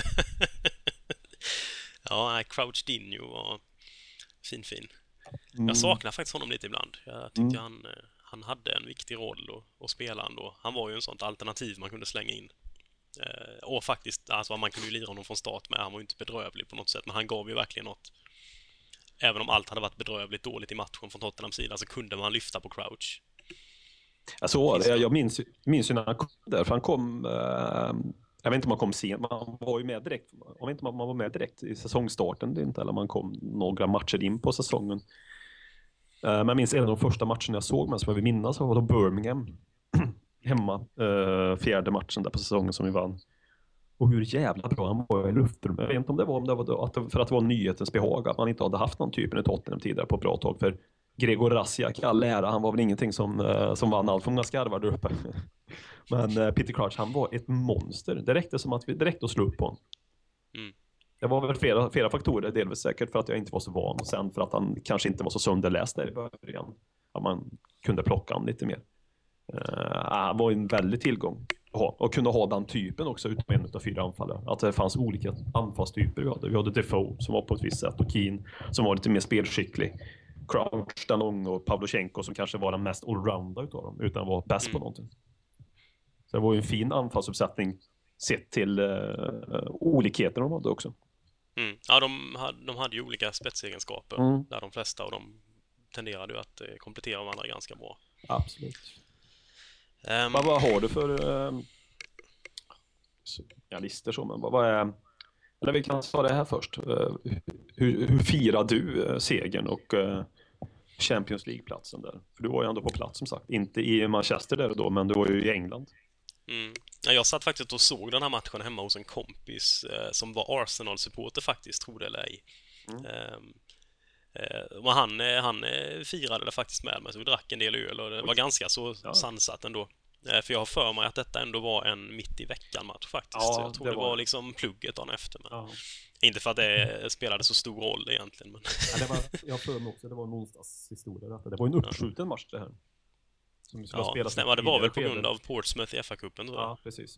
ja, Crouch Dinho var fin, fin. Mm. Jag saknar faktiskt honom lite ibland. Jag tyckte Mm. han, han hade en viktig roll att, att spela ändå. Han var ju en sånt alternativ man kunde slänga in. Eh, och faktiskt, alltså man kunde ju lira honom från start med. Han var ju inte bedrövlig på något sätt, men han gav ju verkligen något. Även om allt hade varit bedrövligt dåligt i matchen från Tottenhams sida så kunde man lyfta på Crouch. Ja, så var det. Jag, jag minns, minns ju när han kom där, för han kom... Eh, jag vet inte om han kom sent, men han var ju med direkt. Jag vet inte om man var med direkt i säsongstarten, det inte, eller om man kom några matcher in på säsongen. Uh, men jag minns en av de första matcherna jag såg, men som jag vill minnas var då Birmingham hemma, uh, fjärde matchen där på säsongen som vi vann. Och hur jävla bra han var i luftrummet. Jag vet inte om det var, om det var att det, för att det var nyhetens behag att man inte hade haft någon typen av Tottenham tidigare på ett bra tag. För Gregor Rasiak, all ära, han var väl ingenting som, uh, som vann allt för många skarvar där uppe. Men uh, Peter Crouch, han var ett monster. Det räckte som att vi direkt att slå upp på honom. Mm. Det var väl flera, flera faktorer, delvis säkert för att jag inte var så van. Och sen för att han kanske inte var så sönderläst där i början. Att man kunde plocka han lite mer. Uh, han var en väldigt tillgång. Och kunna ha den typen också utom en av fyra anfallare. Att det fanns olika anfallstyper vi hade. Vi hade Defoe som var på ett visst sätt och Keane som var lite mer spelskicklig. Crouch, Danong och Pavlyuchenko som kanske var den mest allrounda utav dem utan var bäst mm. på någonting. Så det var ju en fin anfallsuppsättning sett till uh, olikheter de hade också. Mm. Ja, de hade, de hade ju olika spetsegenskaper mm. där de flesta och de tenderade ju att uh, komplettera varandra ganska bra. Absolut. Um, vad, vad har du för uh, ja, listor så, men vad, vad är, eller vi kan ta det här först. Uh, hur, hur firar du uh, segern och uh, Champions League-platsen där? För du var ju ändå på plats som sagt. Inte i Manchester där då, men du var ju i England. Mm. Ja, jag satt faktiskt och såg den här matchen hemma hos en kompis uh, som var Arsenal-supporter faktiskt, tror det eller ej. Mm. Um, uh, han, han firade det faktiskt med mig, så vi drack en del öl och det var ganska så ja. sansat ändå. För jag har för mig att detta ändå var en mitt i veckan-match faktiskt. Ja, jag tror det, det var, var liksom plugget dagen efter. Men ja. Inte för att det spelade så stor roll egentligen. Men... Ja, det var, jag för mig också, det var en onsdagshistoria. Det var en uppskjuten match det här. Som ja, spela stämma, det var väl på grund av Portsmouth i F A-cupen. Ja, precis.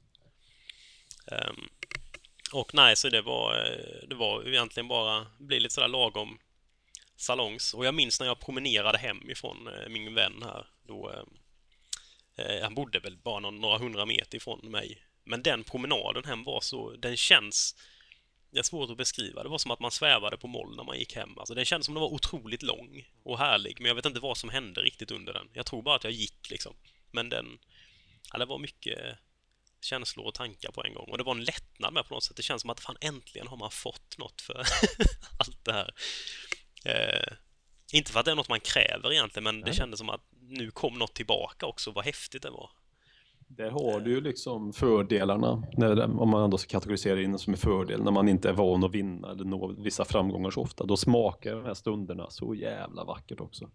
Um, och nej, så det var, det var egentligen bara bli lite sådär lagom salongs. Och jag minns när jag promenerade hem ifrån min vän här. Då... Eh, han bodde väl bara någon, några hundra meter ifrån mig. Men den promenaden hem var så... Den känns... Det är svårt att beskriva. Det var som att man svävade på moll när man gick hem. Alltså, den kändes som att den var otroligt lång och härlig. Men jag vet inte vad som hände riktigt under den. Jag tror bara att jag gick liksom. Men den... Ja, det var mycket känslor och tankar på en gång. Och det var en lättnad med på något sätt. Det känns som att fan äntligen har man fått något för allt det här. Eh... Inte för att det är något man kräver egentligen, men det kändes som att nu kom något tillbaka också, vad häftigt det var. Där har du ju liksom fördelarna, när det, om man ändå ska kategorisera in det som en fördel, när man inte är van att vinna eller nå vissa framgångar så ofta. Då smakar de här stunderna så jävla vackert också.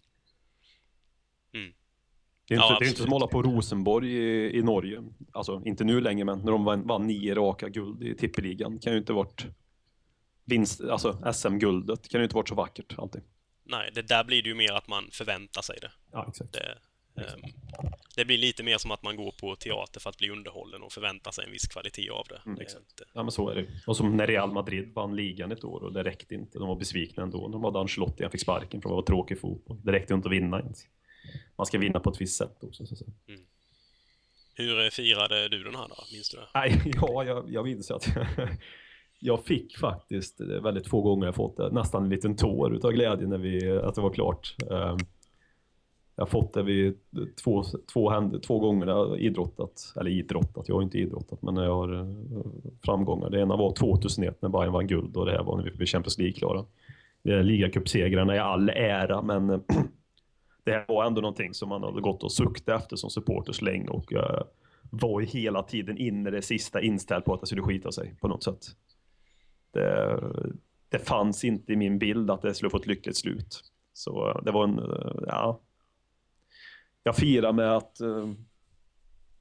Mm. Det är inte, ja, det är inte som att hålla på Rosenborg i, i Norge. Alltså inte nu längre, men när de vann, vann nio raka guld i tippeligan kan ju inte varit vinst, alltså S M-guldet kan ju inte varit så vackert alltid. Nej, det där blir det ju mer att man förväntar sig det. Ja, exakt. Det, um, det blir lite mer som att man går på teater för att bli underhållen och förväntar sig en viss kvalitet av det. Mm, det exakt. Inte... Ja, men så är det. Och som när Real Madrid vann ligan ett år och det räckte inte. De var besvikna ändå. De hade Ancelotti, han fick sparken för att vara tråkig fotboll. Det räckte inte att vinna ens. Man ska vinna på ett visst sätt också. Så att säga. Mm. Hur firade du den här då? Minns du det? Nej, ja, jag, jag minns att... Jag fick faktiskt väldigt få gånger jag fått det, nästan en liten tår utav glädje när vi, att det var klart. Jag har fått det vid två, två, händer, två gånger jag har idrottat, eller idrottat, jag har inte idrottat, men jag har framgångar. Det ena var tjugohundraett när Bayern vann guld och det här var när vi blev Champions League-klara. Det är ligacupsegrarna i all ära, men det här var ändå någonting som man hade gått och suktat efter som supporters länge och var ju hela tiden inne det sista inställd på att det skulle skita sig på något sätt. Det, det fanns inte i min bild att det skulle få ett lyckligt slut. Så det var en, ja. Jag firar med att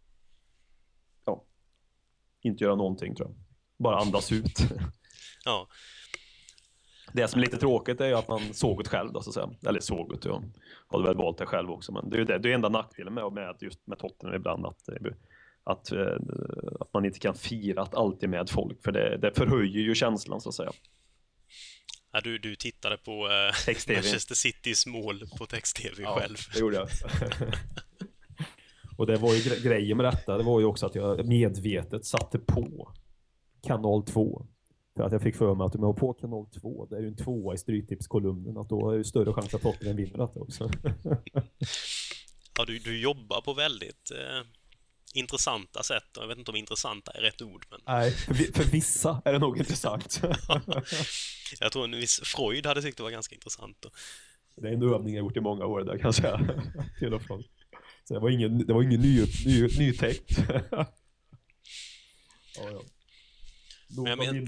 inte göra någonting tror jag. Bara andas ut. Ja. Det som är lite tråkigt är ju att man såg det själv då, så att säga. Eller såg det, jag hade väl valt det själv också. Men det är ju det, det är enda nackdelen med, med just med Tottenham ibland. Att, att, att man inte kan fira att alltid med folk. För det, det förhöjer ju känslan så att säga. Ja, du, du tittade på eh, Manchester Citys mål på text-tv ja, själv. Det gjorde jag. Och det var ju gre- grejen med detta. Det var ju också att jag medvetet satte på kanal två. För att jag fick för mig att om jag var på kanal två, det är ju en tvåa i stryktipskolumnen, att då är det större chans att Tottenham vinner detta också. Ja, du, du jobbar på väldigt eh, intressanta sätt. Jag vet inte om intressanta är rätt ord. Men... Nej, för, för vissa är det nog intressant. Jag tror en viss Freud hade tyckt det var ganska intressant. Då. Det är en övning jag gjort i många år där kan jag säga. Till och från. Så det var ingen, det var ingen ny, ny, nytäckt. Ja, ja. Men jag, men...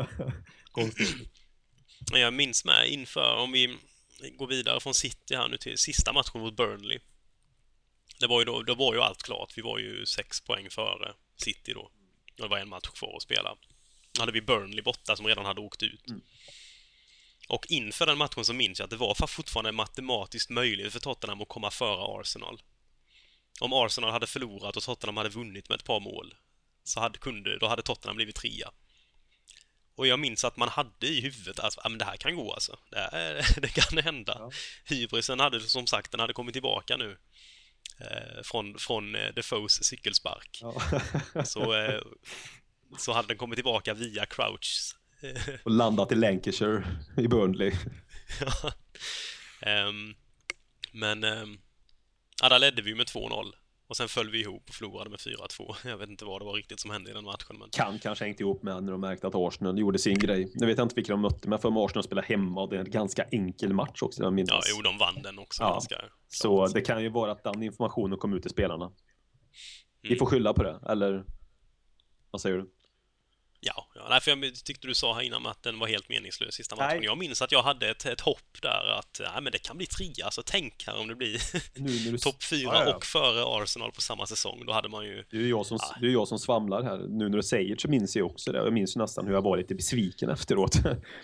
jag minns med inför, om vi går vidare från City här nu till sista matchen mot Burnley. Det var ju då, då var ju allt klart. Vi var ju sex poäng före City då. Det var en match kvar att spela. Då hade vi Burnley borta som redan hade åkt ut. Mm. Och inför den matchen så minns jag att det var fortfarande matematiskt möjligt för Tottenham att komma före Arsenal. Om Arsenal hade förlorat och Tottenham hade vunnit med ett par mål så hade, kunde, då hade Tottenham blivit trea. Och jag minns att man hade i huvudet att alltså, det här kan gå alltså. Det, här, det kan hända. Ja. Hybrisen hade som sagt, den hade kommit tillbaka nu. Eh, från från eh, Defoes cykelspark. Ja. så, eh, så hade den kommit tillbaka via Crouch. Och landat i Lancashire i Burnley. Ja. um, men um, ja, där ledde vi med två noll. Och sen föll vi ihop och förlorade med fyra två. Jag vet inte vad det var riktigt som hände i den matchen. Men... Kan kanske inte ihop med när de märkte att Arsenal gjorde sin grej. Jag vet inte vilka de mötte, men för att Arsenal spelar hemma och det är en ganska enkel match också. Jag minns. Ja, jo, de vann den också. Ja. Ganska så klart. Det kan ju vara att den informationen kom ut till spelarna. Mm. Vi får skylla på det, eller vad säger du? Ja, ja nej, för jag tyckte du sa här innan att den var helt meningslös sista matchen. Nej. Jag minns att jag hade ett, ett hopp där att nej, men det kan bli trea, så tänk här om det blir du... topp fyra ja, ja. och före Arsenal på samma säsong. Då hade man ju... Det är jag som, ja. det är jag som svamlar här. Nu när du säger så minns jag också det. Jag minns ju nästan hur jag var lite besviken efteråt.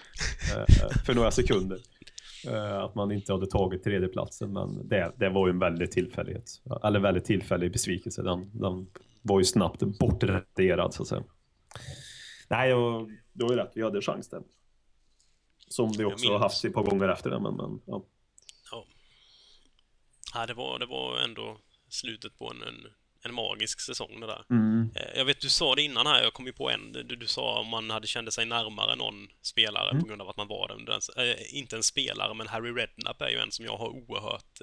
För några sekunder. Att man inte hade tagit tredjeplatsen. Men det, det var ju en väldigt tillfällighet. Eller väldigt tillfällig besvikelse. Den, den var ju snabbt bortraderad så att säga. Nej, och då är det rätt. Vi hade chans där. Som vi också har haft ett par gånger efter det. Men, men, ja. Ja. Ja, det var, det var ändå slutet på en, en, en magisk säsong det där. Mm. Jag vet, du sa det innan här. Jag kom ju på en. Du, du sa om man hade kände sig närmare någon spelare mm. på grund av att man var den. den äh, inte en spelare, men Harry Redknapp är ju en som jag har oerhört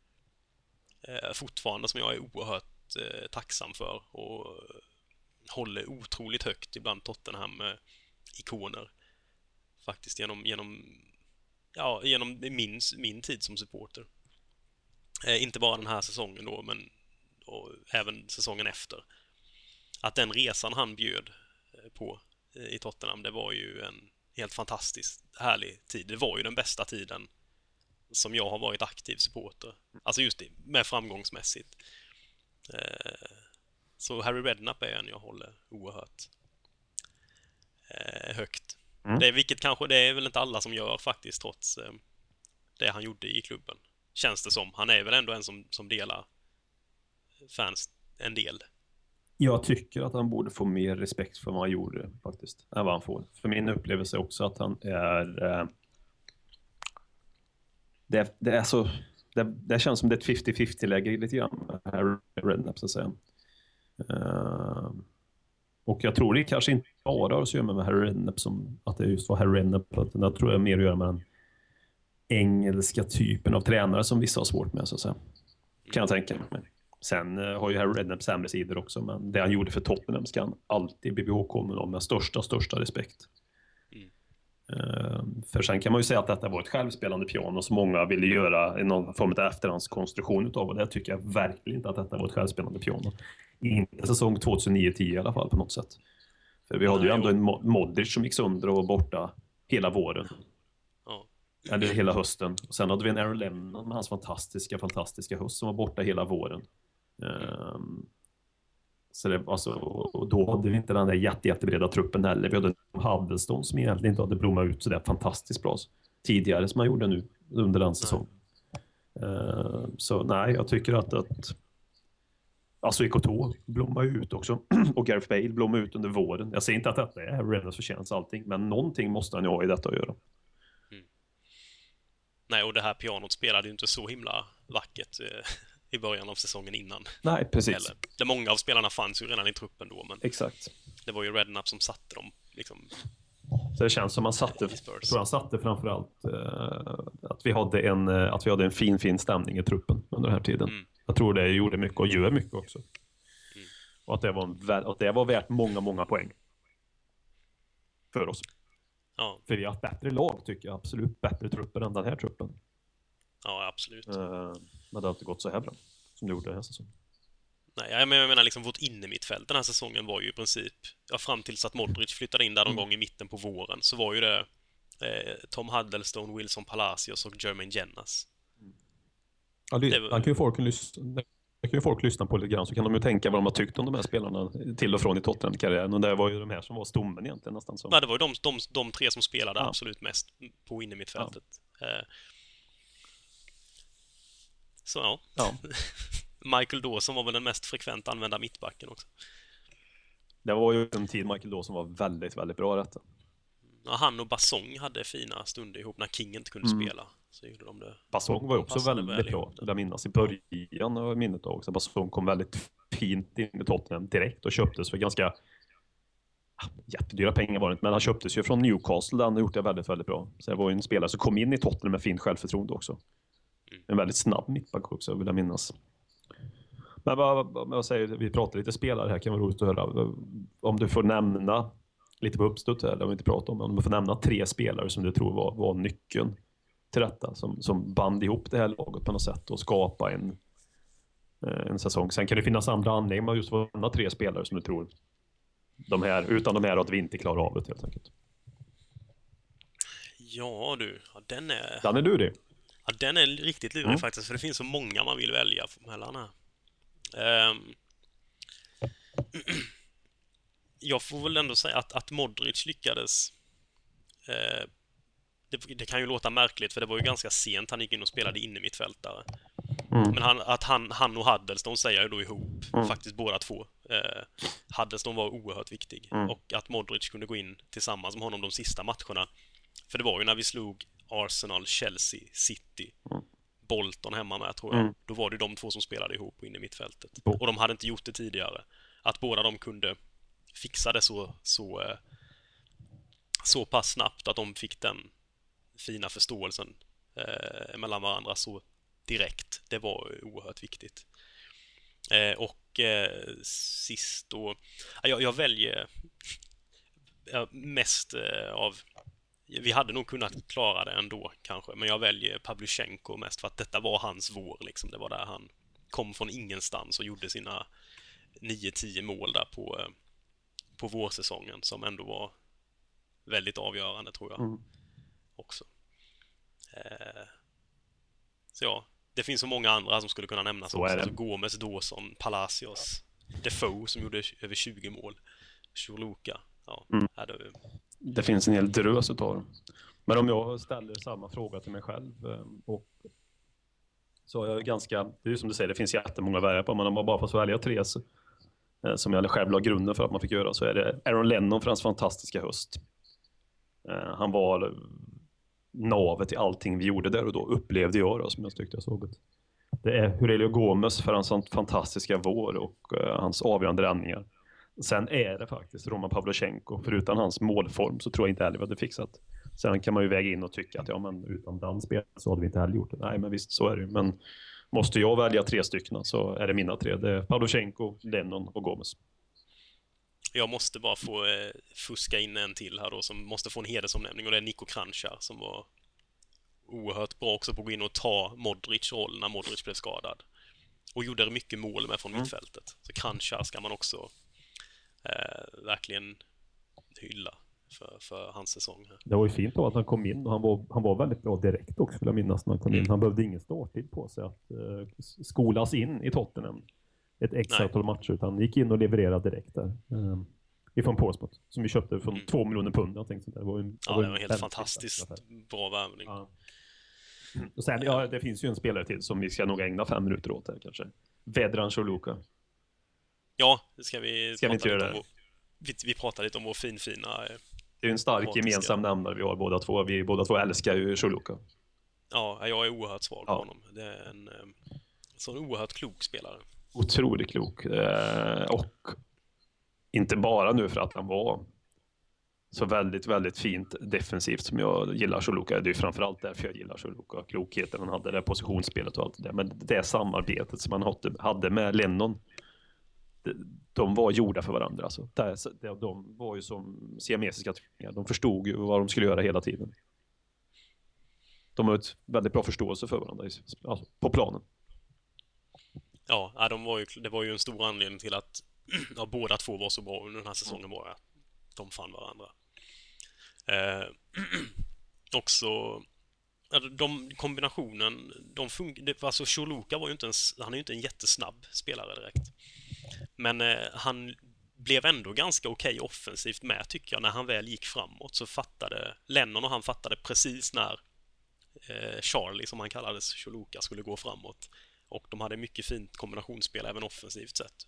äh, fortfarande som jag är oerhört äh, tacksam för. Och håller otroligt högt ibland Tottenham-ikoner. Faktiskt genom, genom, ja, genom min, min tid som supporter. Eh, inte bara den här säsongen då, men och även säsongen efter. Att den resan han bjöd på eh, i Tottenham, det var ju en helt fantastisk, härlig tid. Det var ju den bästa tiden som jag har varit aktiv supporter. Alltså just det, med framgångsmässigt. Eh, Så Harry Redknapp är en jag håller oerhört eh, högt. Mm. Det, vilket kanske, det är väl inte alla som gör faktiskt, trots eh, det han gjorde i klubben. Känns det som. Han är väl ändå en som, som delar fans en del. Jag tycker att han borde få mer respekt för vad han gjorde faktiskt, än vad han får. För min upplevelse är också att han är... Eh, det, det, är så, det, det känns som det är ett femtio femtio-läge lite grann. Harry Redknapp så att säga. Uh, och jag tror det kanske inte bara har att göra med Harry Redknapp som att det just var Harry Redknapp, utan jag tror det är mer att göra med den engelska typen av tränare som vissa har svårt med så att säga. Kan jag tänka mig. Sen uh, har ju Harry Redknapp sämre sidor också, men det han gjorde för Tottenham ska han alltid bli ihågkommen om med största, största respekt. Mm. Uh, för sen kan man ju säga att detta var ett självspelande piano som många ville göra i någon form av efterhandskonstruktion utav, och det tycker jag verkligen inte att detta var ett självspelande piano. Inte säsong tjugohundranio tio i alla fall på något sätt. För vi hade ju ändå en Modric som gick sönder och var borta hela våren. Ja. Eller hela hösten. Och sen hade vi en Aaron Lennon med hans fantastiska, fantastiska höst som var borta hela våren. Um, Så det, alltså, och då hade vi inte den där jätte, jättebreda truppen heller. Vi hade Huddleston som egentligen inte hade blommat ut så där fantastiskt bra tidigare som man gjorde nu under den säsongen. Uh, så nej, jag tycker att, att alltså I K T blommar ut också och Gareth Bale blommar ut under våren. Jag säger inte att detta är Reynolds förtjänst allting, men någonting måste han ju ha i detta att göra. Mm. Nej, och det här pianot spelade ju inte så himla vackert eh, i början av säsongen innan. Nej, precis. Eller, det många av spelarna fanns ju redan i truppen då, men exakt. Det var ju Redknapp som satte dem liksom. Så det känns som man satte, tror han satte framförallt eh, att vi hade en eh, att vi hade en fin fin stämning i truppen under den här tiden. Mm. Jag tror det gjorde mycket och gör mycket också. Mm. Och att det var en, att det var värt många många poäng för oss. Ja. För vi har ett bättre lag tycker jag, absolut bättre trupper än den här truppen. Ja, absolut. Eh, men det har inte gått så här bra som det gjorde den här säsongen. Nej, jag menar liksom vårt innermittfält den här säsongen var ju i princip, ja, fram tills att Modric flyttade in där någon mm. gång i mitten på våren, så var ju det eh, Tom Huddleston, Wilson Palacios och Jermaine Jennas. Ja, det, var... Han kan ju folk lyssna, kan ju folk lyssna på lite grann, så kan de ju tänka vad de har tyckt om de här spelarna till och från i Tottenham-karriären. Och det var ju de här som var stommen egentligen nästan. Som... Ja, det var ju de, de, de tre som spelade ja. absolut mest på innermittfältet. Ja. Eh. Så ja. ja. Michael Dawson var väl den mest frekvent använda mittbacken också. Det var ju en tid Michael Dawson var väldigt, väldigt bra rätt. Ja, han och Bassong hade fina stunder ihop när King inte kunde mm. spela. Så gjorde de det. Bassong var ju också väldigt väl bra. Jag minns i början av minnet också. Bassong kom väldigt fint in i Tottenham direkt och köptes för ganska jättedyra pengar var det inte, men han köptes ju från Newcastle där han gjort det väldigt, väldigt bra. Så det var ju en spelare som kom in i Tottenham med fint självförtroende också. Mm. En väldigt snabb mittback också, vill jag minnas. Men vad, vad säger vi pratar lite spelare här, kan vara roligt att höra. Om du får nämna lite på uppstöt här, det har vi inte pratat om, om du får nämna tre spelare som du tror var, var nyckeln till detta, som, som band ihop det här laget på något sätt och skapa en, en säsong. Sen kan det finnas andra anledningar, men just för nämna tre spelare som du tror de här, utan de här att vi inte klarar av det helt enkelt. Ja du, ja, den är... Den är du det? Ja, den är riktigt lurig mm. faktiskt, för det finns så många man vill välja mellan här. Um, jag får väl ändå säga att, att Modric lyckades. Uh, det, det kan ju låta märkligt, för det var ju ganska sent han gick in och spelade in i mittfältare. Mm. Men han, att han, han och Huddleston säger ju då ihop, mm. faktiskt båda två. Uh, Huddleston var oerhört viktig. Mm. Och att Modric kunde gå in tillsammans med honom de sista matcherna. För det var ju när vi slog Arsenal, Chelsea, City, mm. Bolton hemma med, tror jag. Mm. Då var det de två som spelade ihop inne i mittfältet. Oh. Och de hade inte gjort det tidigare. Att båda de kunde fixa det så, så, så pass snabbt att de fick den fina förståelsen eh, mellan varandra så direkt. Det var oerhört viktigt. Eh, och eh, sist då... Jag, jag väljer mest eh, av... Vi hade nog kunnat klara det ändå kanske, men jag väljer Pavlyuchenko mest för att detta var hans vår liksom. Det var där han kom från ingenstans och gjorde sina nio tio mål där på, på vårsäsongen som ändå var väldigt avgörande, tror jag. Mm. Också. Eh, så ja, det finns så många andra som skulle kunna nämnas också. Alltså Gomes, Dawson, Palacios, Defoe som gjorde över tjugo mål, Churluka. Ja, mm. hade vi... Det finns en hel drös utav dem. Men om jag ställer samma fråga till mig själv och så är jag ganska, det är ju som du säger, det finns jättemånga att välja på, men om man bara får välja tre så, som jag själv la grunden för att man fick göra, så är det Aaron Lennon för hans fantastiska höst. Han var navet i allting vi gjorde där och då, upplevde jag då, som jag tyckte jag såg det. Det är Aurelio Gomes för hans fantastiska vår och hans avgörande räddningar. Sen är det faktiskt Roman Pavlyuchenko, för utan hans målform så tror jag inte heller vi hade fixat. Sen kan man ju väga in och tycka att ja, men utan den spel så hade vi inte heller gjort det. Nej, men visst, så är det. Men måste jag välja tre stycken så är det mina tre. Det är Pavlyuchenko, Lennon och Gomes. Jag måste bara få eh, fuska in en till här då som måste få en hedersomnämning, och det är Niko Kranjčar som var oerhört bra också på att gå in och ta Modric roll när Modric blev skadad. Och gjorde mycket mål med från mm. mittfältet. Så Kranjčar ska man också Eh, verkligen hylla för, för hans säsong här. Det var ju fint då att han kom in, och han var, han var väldigt bra direkt också, skulle jag minnas, när han kom in. Han behövde ingen starttid på sig att eh, skolas in i Tottenham. ett x Nej. antal matcher, utan gick in och levererade direkt där. Um, ifrån Portsmouth, som vi köpte från Mm. två miljoner pund. Jag tänkte, det var en, Ja, var det en var helt väldigt fantastiskt affär. bra värvning. Ja. Och sen, ja, det finns ju en spelare till som vi ska nog ägna fem minuter åt här kanske. Vedran Choluka. Ja, det ska vi Ska vi prata inte göra lite det? om vår, vi, vi pratar lite om vår finfina... eh, Det är ju en stark Kroatiska. gemensam nämnare vi har båda två. Vi båda två älskar ju Choluka. Ja, jag är oerhört svag på Ja. honom. Det är en eh, sån oerhört klok spelare. Otroligt klok. Eh, och inte bara nu för att han var så väldigt, väldigt fint defensivt som jag gillar Choluka. Det är ju framförallt därför jag gillar Choluka. Klokheten han hade, det positionsspelet och allt det där. Men det samarbetet som han hade- hade med Lennon, de, de var gjorda för varandra. Alltså. Det, det, de var ju som siamesiska tvillingar. De förstod ju vad de skulle göra hela tiden. De har ett väldigt bra förståelse för varandra alltså, på planen. Ja, ja, de var ju, det var ju en stor anledning till att ja, båda två var så bra under den här säsongen bara. De fann varandra. Eh, också ja, de kombinationen, de fun- alltså Choluka var ju inte en, han är ju inte en jättesnabb spelare direkt. Men eh, han blev ändå ganska okej offensivt med, tycker jag. När han väl gick framåt så fattade Lennon och han fattade precis när eh, Charlie, som han kallades, Choluka, skulle gå framåt. Och de hade mycket fint kombinationsspel även offensivt sett.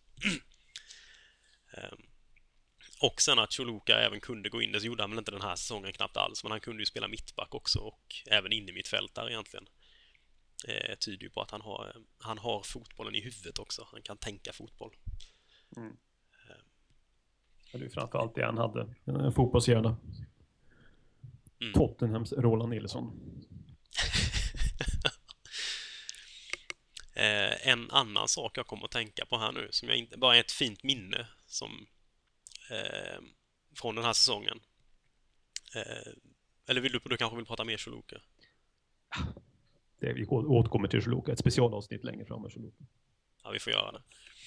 um, och sen att Choluka även kunde gå in, det gjorde han väl inte den här säsongen knappt alls, men han kunde ju spela mittback också och även in i mittfältare egentligen. Eh, tyder ju på att han har, han har fotbollen i huvudet också. Han kan tänka fotboll. Mm. Det är ju framförallt det han hade. En fotbollshjärna. Mm. Tottenhams Roland Nilsson. Eh, en annan sak jag kommer att tänka på här nu, som jag inte, bara är ett fint minne som, eh, från den här säsongen. Eh, eller vill du, du kanske vill prata mer Choluka? Det, vi återkommer till Choluka. Ett specialavsnitt längre fram med Choluka. Ja, vi får göra det.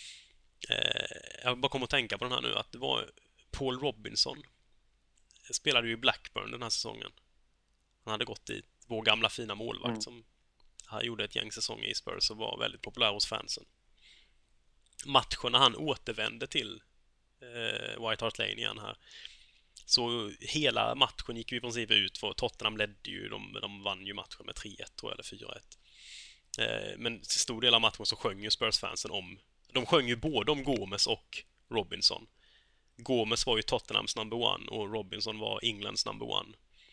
Eh, jag bara kommer att tänka på den här nu, att det var Paul Robinson. Spelade ju i Blackburn den här säsongen. Han hade gått dit, vår gamla fina målvakt Mm. som han gjorde ett gäng säsonger i Spurs och var väldigt populär hos fansen. Matchen när han återvände till eh, White Hart Lane igen här, så hela matchen gick ju i princip ut, för Tottenham ledde ju, de, de vann ju matchen med tre ett tror jag, eller fyra ett. Eh, men till stor del av matchen så sjöng ju Spurs-fansen om, de sjöng ju både om Gomes och Robinson. Gomes var ju Tottenhams number one och Robinson var Englands number one.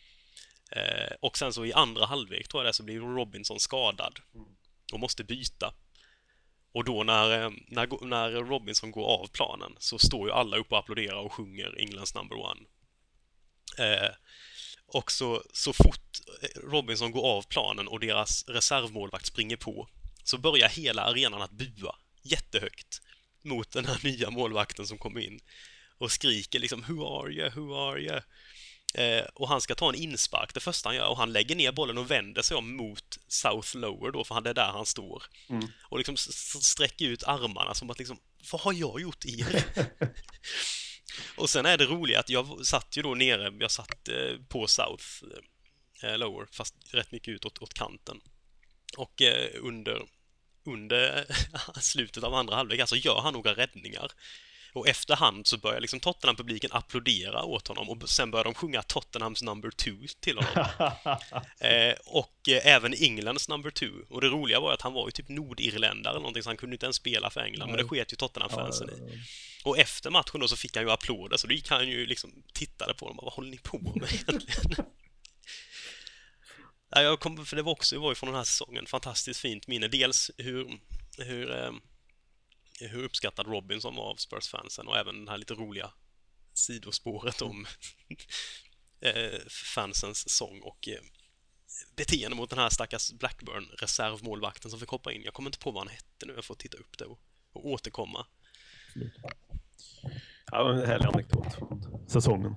Eh, och sen så i andra halvlek tror jag det, så blir Robinson skadad och måste byta. Och då när, när, när Robinson går av planen så står ju alla upp och applåderar och sjunger Englands number one. Eh, och så, så fort Robinson går av planen och deras reservmålvakt springer på, så börjar hela arenan att bua jättehögt mot den här nya målvakten som kommer in och skriker liksom "Who are you? Who are you?" Eh, och han ska ta en inspark det första han gör, och han lägger ner bollen och vänder sig om mot South Lower då, för han är där han står. Mm. Och liksom s- sträcker ut armarna som att liksom, vad har jag gjort er? Och sen är det roliga att jag satt ju då nere, jag satt eh, på South eh, Lower, fast rätt mycket ut åt, åt kanten. Och eh, under, under slutet av andra halvlek, alltså gör han några räddningar. Och efterhand så börjar liksom Tottenham-publiken applådera åt honom, och sen börjar de sjunga Tottenhams number two till honom. eh, och eh, även Englands number two. Och det roliga var att han var ju typ nordirländare eller någonting, så han kunde inte ens spela för England, men det sket ju Tottenham-fansen i. Och efter matchen då så fick han ju applåder, så då gick han ju liksom, tittade på dem och vad håller ni på med egentligen? Ja, jag kom, för det var också, det var ju från den här säsongen, fantastiskt fint minne. Dels hur, hur, eh, hur uppskattad Robinson var av Spurs-fansen, och även den här lite roliga sidospåret om eh, fansens sång och eh, beteende mot den här stackars Blackburn-reservmålvakten som fick hoppa in. Jag kommer inte på vad han hette nu, jag får titta upp det och, och återkomma. Ja, en härlig anekdot från säsongen.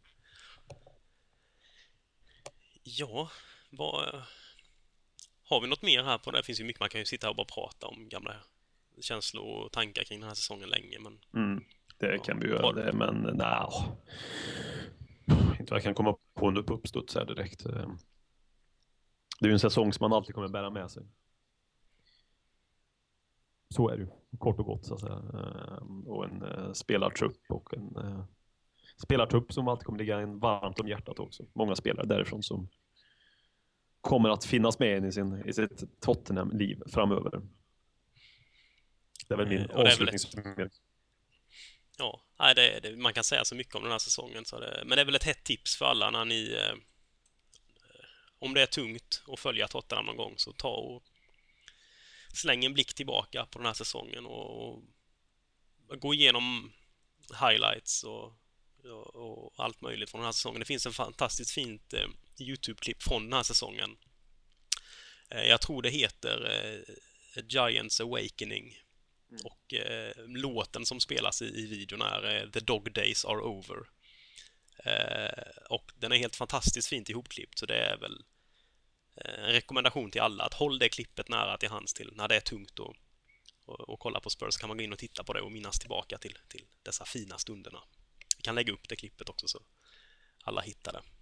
Ja, vad... Har vi något mer här på det? Det finns ju mycket, man kan ju sitta här och bara prata om gamla känslor och tankar kring den här säsongen länge, men... Mm, det Ja. kan vi göra det, men nej. Inte vad jag kan komma på nu på uppstuds här direkt. Det är ju en säsong som man alltid kommer bära med sig. Så är det ju, kort och gott så att säga. Och en uh, spelartrupp och en uh, spelartrupp som alltid kommer ligga en varmt om hjärtat också. Många spelare därifrån som kommer att finnas med i, sin, i sitt Tottenham-liv framöver. Det är väl min avslutningssummering. Ja, nej, det, det, man kan säga så mycket om den här säsongen. Så det, men det är väl ett hett tips för alla när ni... Eh, om det är tungt att följa Tottenham någon gång, så ta och släng en blick tillbaka på den här säsongen och, och gå igenom highlights och, och, och allt möjligt från den här säsongen. Det finns en fantastiskt fint eh, YouTube-klipp från den här säsongen. Eh, jag tror det heter eh, Giants Awakening. Mm. Och eh, låten som spelas i, i videon är eh, The Dog Days Are Over. Eh, och den är helt fantastiskt fint ihopklippt, så det är väl eh, en rekommendation till alla att håll det klippet nära till hands till när det är tungt och, och, och kolla på Spurs, kan man gå in och titta på det och minnas tillbaka till, till dessa fina stunderna. Vi kan lägga upp det klippet också så alla hittar det.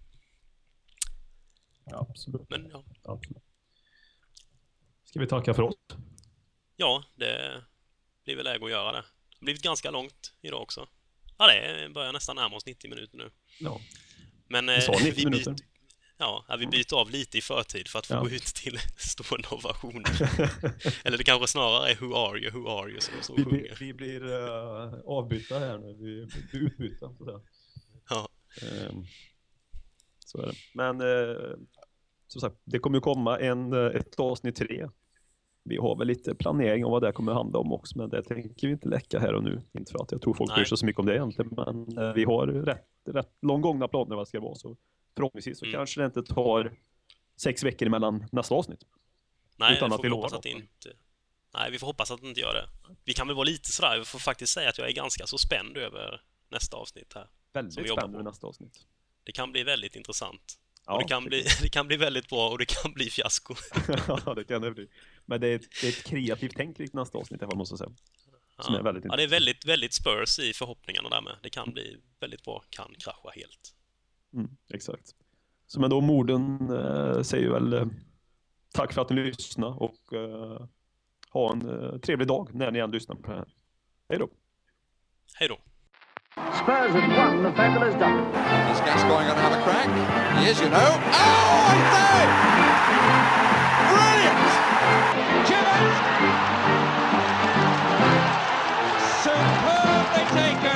Ja, absolut. Men, ja. absolut. Ska vi tacka för oss? Ja, det blir väl läge att göra det. Det har blivit ganska långt idag också. Ja, det börjar nästan närma oss nittio minuter nu. Ja. Men vi, sa nittio vi, minuter. byt, ja, vi byter av lite i förtid för att få ja. gå ut till stående ovationer. Eller det kanske snarare är Who are you, who are you som så vi, sjunger. Vi blir uh, avbytta här nu. Vi blir utbytta. Så, där. Ja. Um, så är det. Men uh, som sagt, det kommer ju komma en, ett avsnitt tre. Vi har väl lite planering om vad det kommer handla om också, men det tänker vi inte läcka här och nu. Inte för att jag tror folk bryr sig så mycket om det egentligen, men eh, vi har rätt, rätt långgångna planer vad det ska vara, så förhoppningsvis så mm. kanske det inte tar sex veckor emellan nästa avsnitt. Nej, utan att vi hoppas att det inte... Nej, vi får hoppas att det inte gör det. Vi kan väl vara lite sådär, vi får faktiskt säga att jag är ganska så spänd över nästa avsnitt här. Väldigt spänd över nästa avsnitt. Det kan bli väldigt intressant. Ja, och det kan, bli, det kan bli väldigt bra och det kan bli fiasko. Ja, det kan det bli. Men det är ett, det är ett kreativt tänk i nästa avsnitt, jag måste säga. Som ja. är väldigt ja, det är väldigt, väldigt Spurs i förhoppningarna där med. Det kan bli väldigt bra, kan krascha helt. Mm, exakt. Så med de orden eh, säger väl eh, tack för att ni lyssnade och eh, ha en eh, trevlig dag när ni än lyssnar på det här. Hej då! Hej då! Spurs have won the Fabulous Double. Is Gascoigne going to have a crack? He is, you know. Oh, I say! Brilliant! Gibbons! Superbly taken!